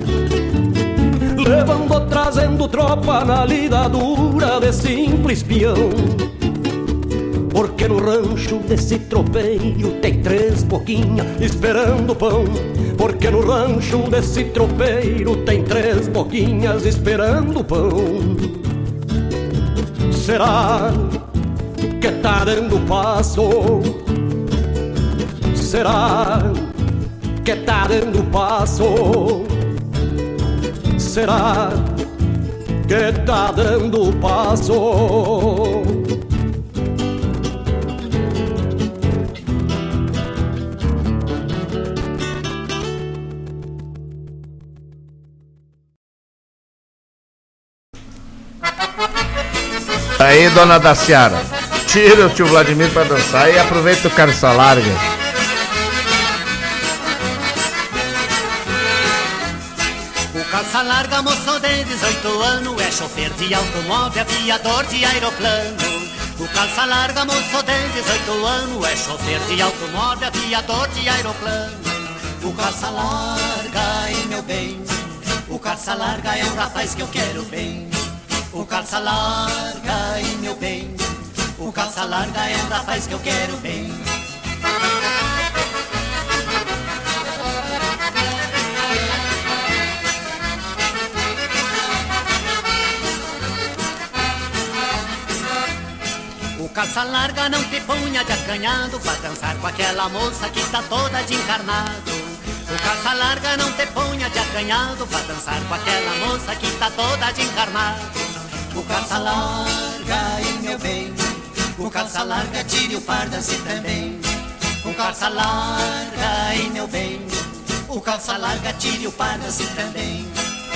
S21: levando, trazendo tropa na lida dura de simples peão. Porque no rancho desse tropeiro tem três boquinhas esperando pão. Porque no rancho desse tropeiro tem três boquinhas esperando pão. Será que tá dando passo? Será que tá dando passo? Será que tá dando passo?
S4: Aí, dona da Seara, tira o tio Vladimir pra dançar e aproveita o carça larga.
S5: O calça larga, moço de dezoito anos, é chofer de automóvel, aviador de aeroplano. O calça larga, moço de dezoito anos, é chofer de automóvel, aviador de aeroplano. O calça larga, e meu bem, o calça larga é um rapaz que eu quero bem. O calça larga, e meu bem, o calça larga é um rapaz que eu quero bem. O calça larga não te punha de acanhado pra dançar com aquela moça que tá toda de encarnado. O calça larga não te punha de acanhado pra dançar com aquela moça que tá toda de encarnado. O calça larga, e meu bem, o calça larga tire o par, dance também. O calça larga, e meu bem, o calça larga tire o par, dance também.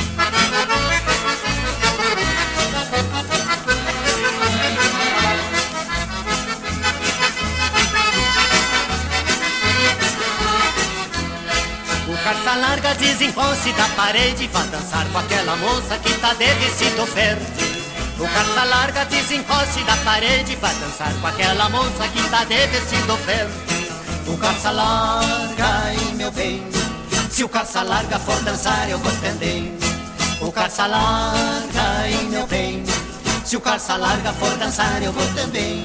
S5: O calça larga desencoste da parede, vai dançar com aquela moça que tá de vestido verde. O calça larga desencoste da parede, vai dançar com aquela moça que tá de vestido verde. O calça larga, e meu bem, se o calça larga for dançar eu vou também. O calça larga, e meu bem, se o calça larga for dançar eu vou também.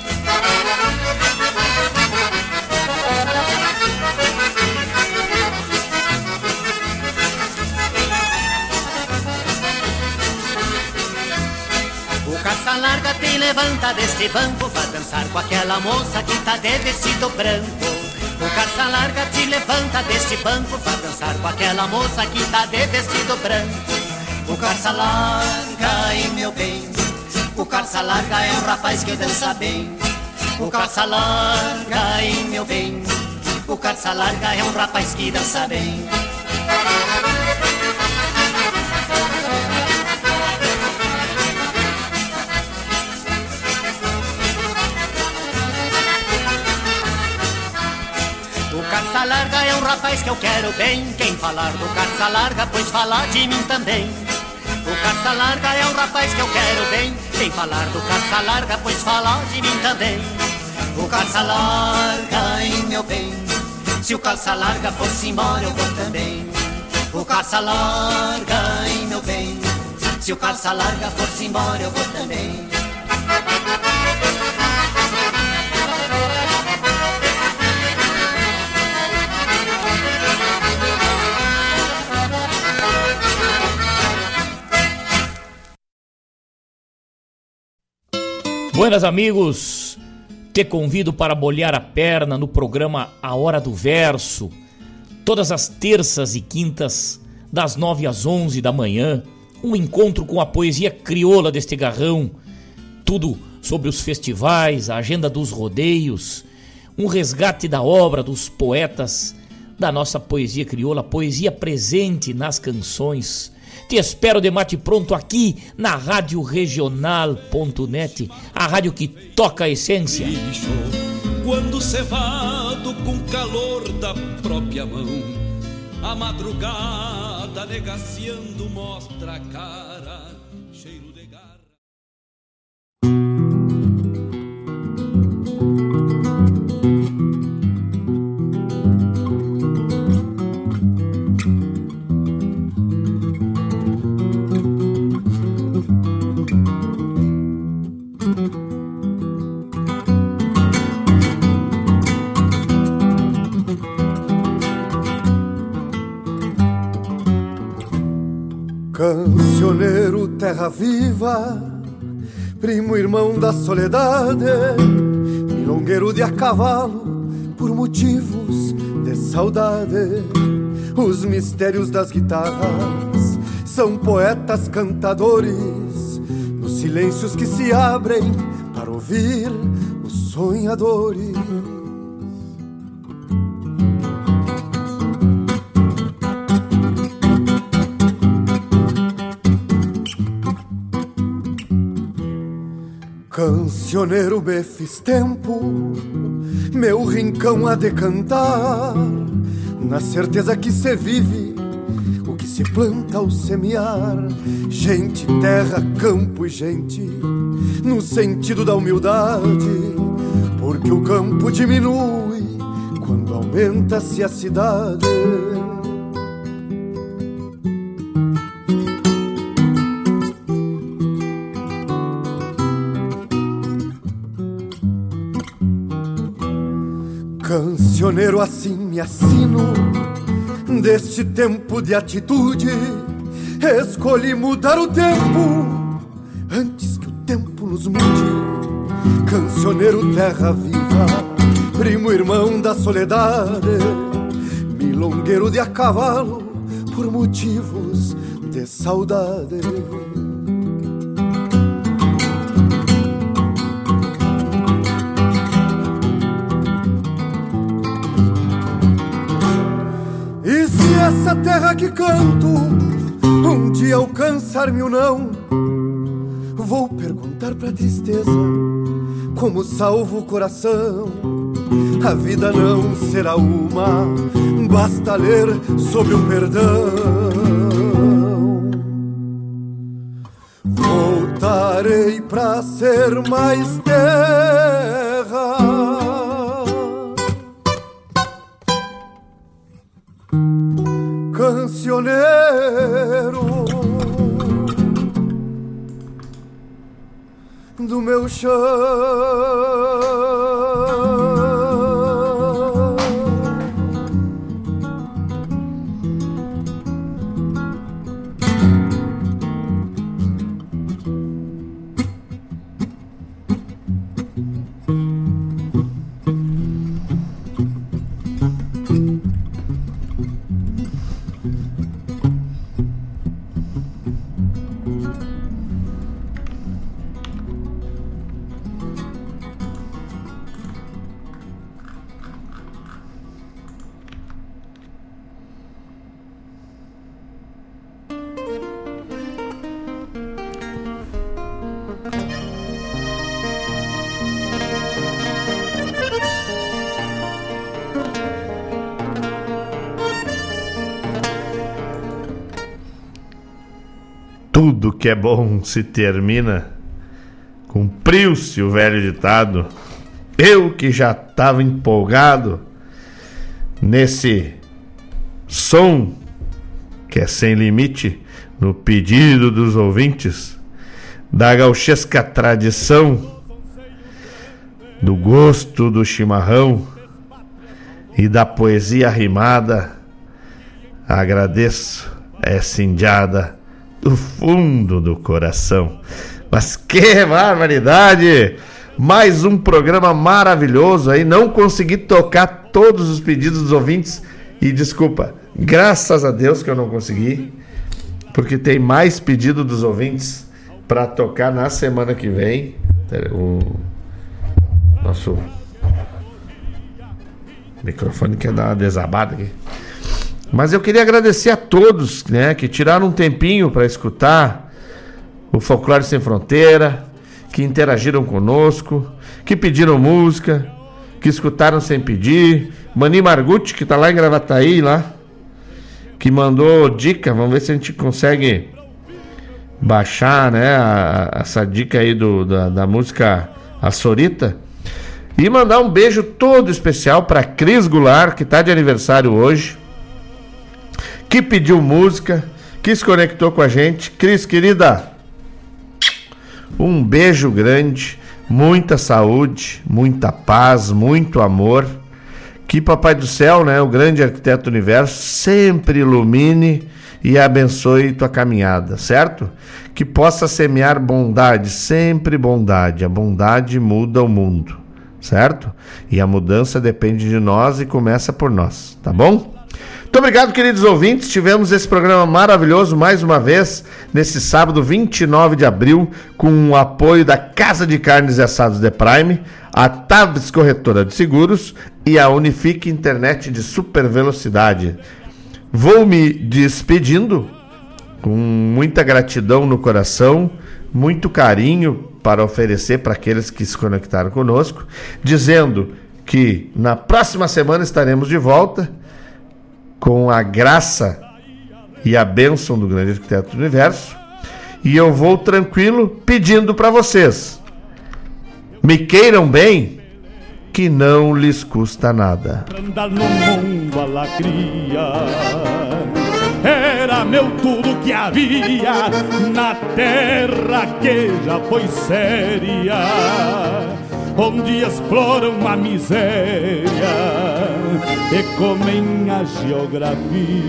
S5: O calça larga te levanta desse banco, vai dançar com aquela moça que tá de vestido branco. O calça larga te levanta desse banco, vai dançar com aquela moça que tá de vestido branco. O calça larga, e meu bem, o calça larga é um rapaz que dança bem. O calça larga, e meu bem, o calça larga é um rapaz que dança bem. O calça larga é um rapaz que eu quero bem. Quem falar do calça larga, pois falar de mim também. O calça larga é um rapaz que eu quero bem. Quem falar do calça larga, pois falar de mim também. O calça larga, e meu bem, se o calça larga fosse embora eu vou também. O calça larga, e meu bem, se o calça larga fosse embora eu vou também.
S11: Buenas amigos, te convido para bolhar a perna no programa A Hora do Verso, todas as terças e quintas, das nove às onze da manhã, um encontro com a poesia crioula deste garrão, tudo sobre os festivais, a agenda dos rodeios, um resgate da obra dos poetas da nossa poesia crioula, poesia presente nas canções. Te espero de mate pronto aqui na rádio regional ponto net, a rádio que toca a essência.
S7: Quando cevado com calor da própria mão, a madrugada negaciando mostra a cara, cheiro de garra.
S6: Cancioneiro terra viva, primo irmão da soledade, milongueiro de a cavalo por motivos de saudade. Os mistérios das guitarras são poetas cantadores, nos silêncios que se abrem para ouvir os sonhadores. Cancioneiro me fiz tempo, meu rincão a decantar, na certeza que se vive o que se planta ao semear. Gente, terra, campo e gente, no sentido da humildade, porque o campo diminui quando aumenta-se a cidade. Cancioneiro, assim me assino, deste tempo de atitude, escolhi mudar o tempo antes que o tempo nos mude. Cancioneiro terra viva, primo irmão da soledade, milongueiro de a cavalo por motivos de saudade. Essa terra que canto um dia alcançar-me ou não, vou perguntar pra tristeza como salvo o coração. A vida não será uma, basta ler sobre o perdão. Voltarei pra ser mais terra, cancioneiro do meu chão.
S4: Tudo que é bom se termina. Cumpriu-se o velho ditado. Eu que já estava empolgado nesse som que é sem limite, no pedido dos ouvintes, da gauchesca tradição, do gosto do chimarrão e da poesia rimada. Agradeço essa indiada do fundo do coração. Mas que barbaridade! Mais um programa maravilhoso aí. Não consegui tocar todos os pedidos dos ouvintes. E desculpa, graças a Deus que eu não consegui, porque tem mais pedido dos ouvintes para tocar na semana que vem. O nosso microfone quer dar uma desabada aqui. Mas eu queria agradecer a todos, né, que tiraram um tempinho para escutar o Folclore Sem Fronteira, que interagiram conosco, que pediram música, que escutaram sem pedir. Mani Margutti, que tá lá em Gravataí, lá, que mandou dica. Vamos ver se a gente consegue baixar, né, a, a, essa dica aí do, da, da música A Sorita. E mandar um beijo todo especial para Cris Goulart, que tá de aniversário hoje, que pediu música, que se conectou com a gente. Cris, querida, um beijo grande, muita saúde, muita paz, muito amor. Que Papai do Céu, né, o grande arquiteto do universo, sempre ilumine e abençoe tua caminhada, certo? Que possa semear bondade, sempre bondade. A bondade muda o mundo, certo? E a mudança depende de nós e começa por nós, tá bom? Muito obrigado, queridos ouvintes. Tivemos esse programa maravilhoso mais uma vez, nesse sábado vinte e nove de abril, com o apoio da Casa de Carnes e Assados The Prime, a Taves Corretora de Seguros e a Unifique Internet de Super Velocidade. Vou me despedindo com muita gratidão no coração, muito carinho para oferecer para aqueles que se conectaram conosco, dizendo que na próxima semana estaremos de volta com a graça e a bênção do grande arquiteto do universo, e eu vou tranquilo pedindo para vocês: me queiram bem, que não lhes custa nada.
S3: Andar no mundo alacria era meu tudo que havia na terra que já foi séria, onde exploram a miséria e comem a geografia.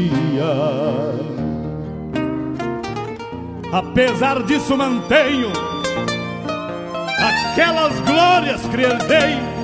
S3: Apesar disso mantenho aquelas glórias que herdei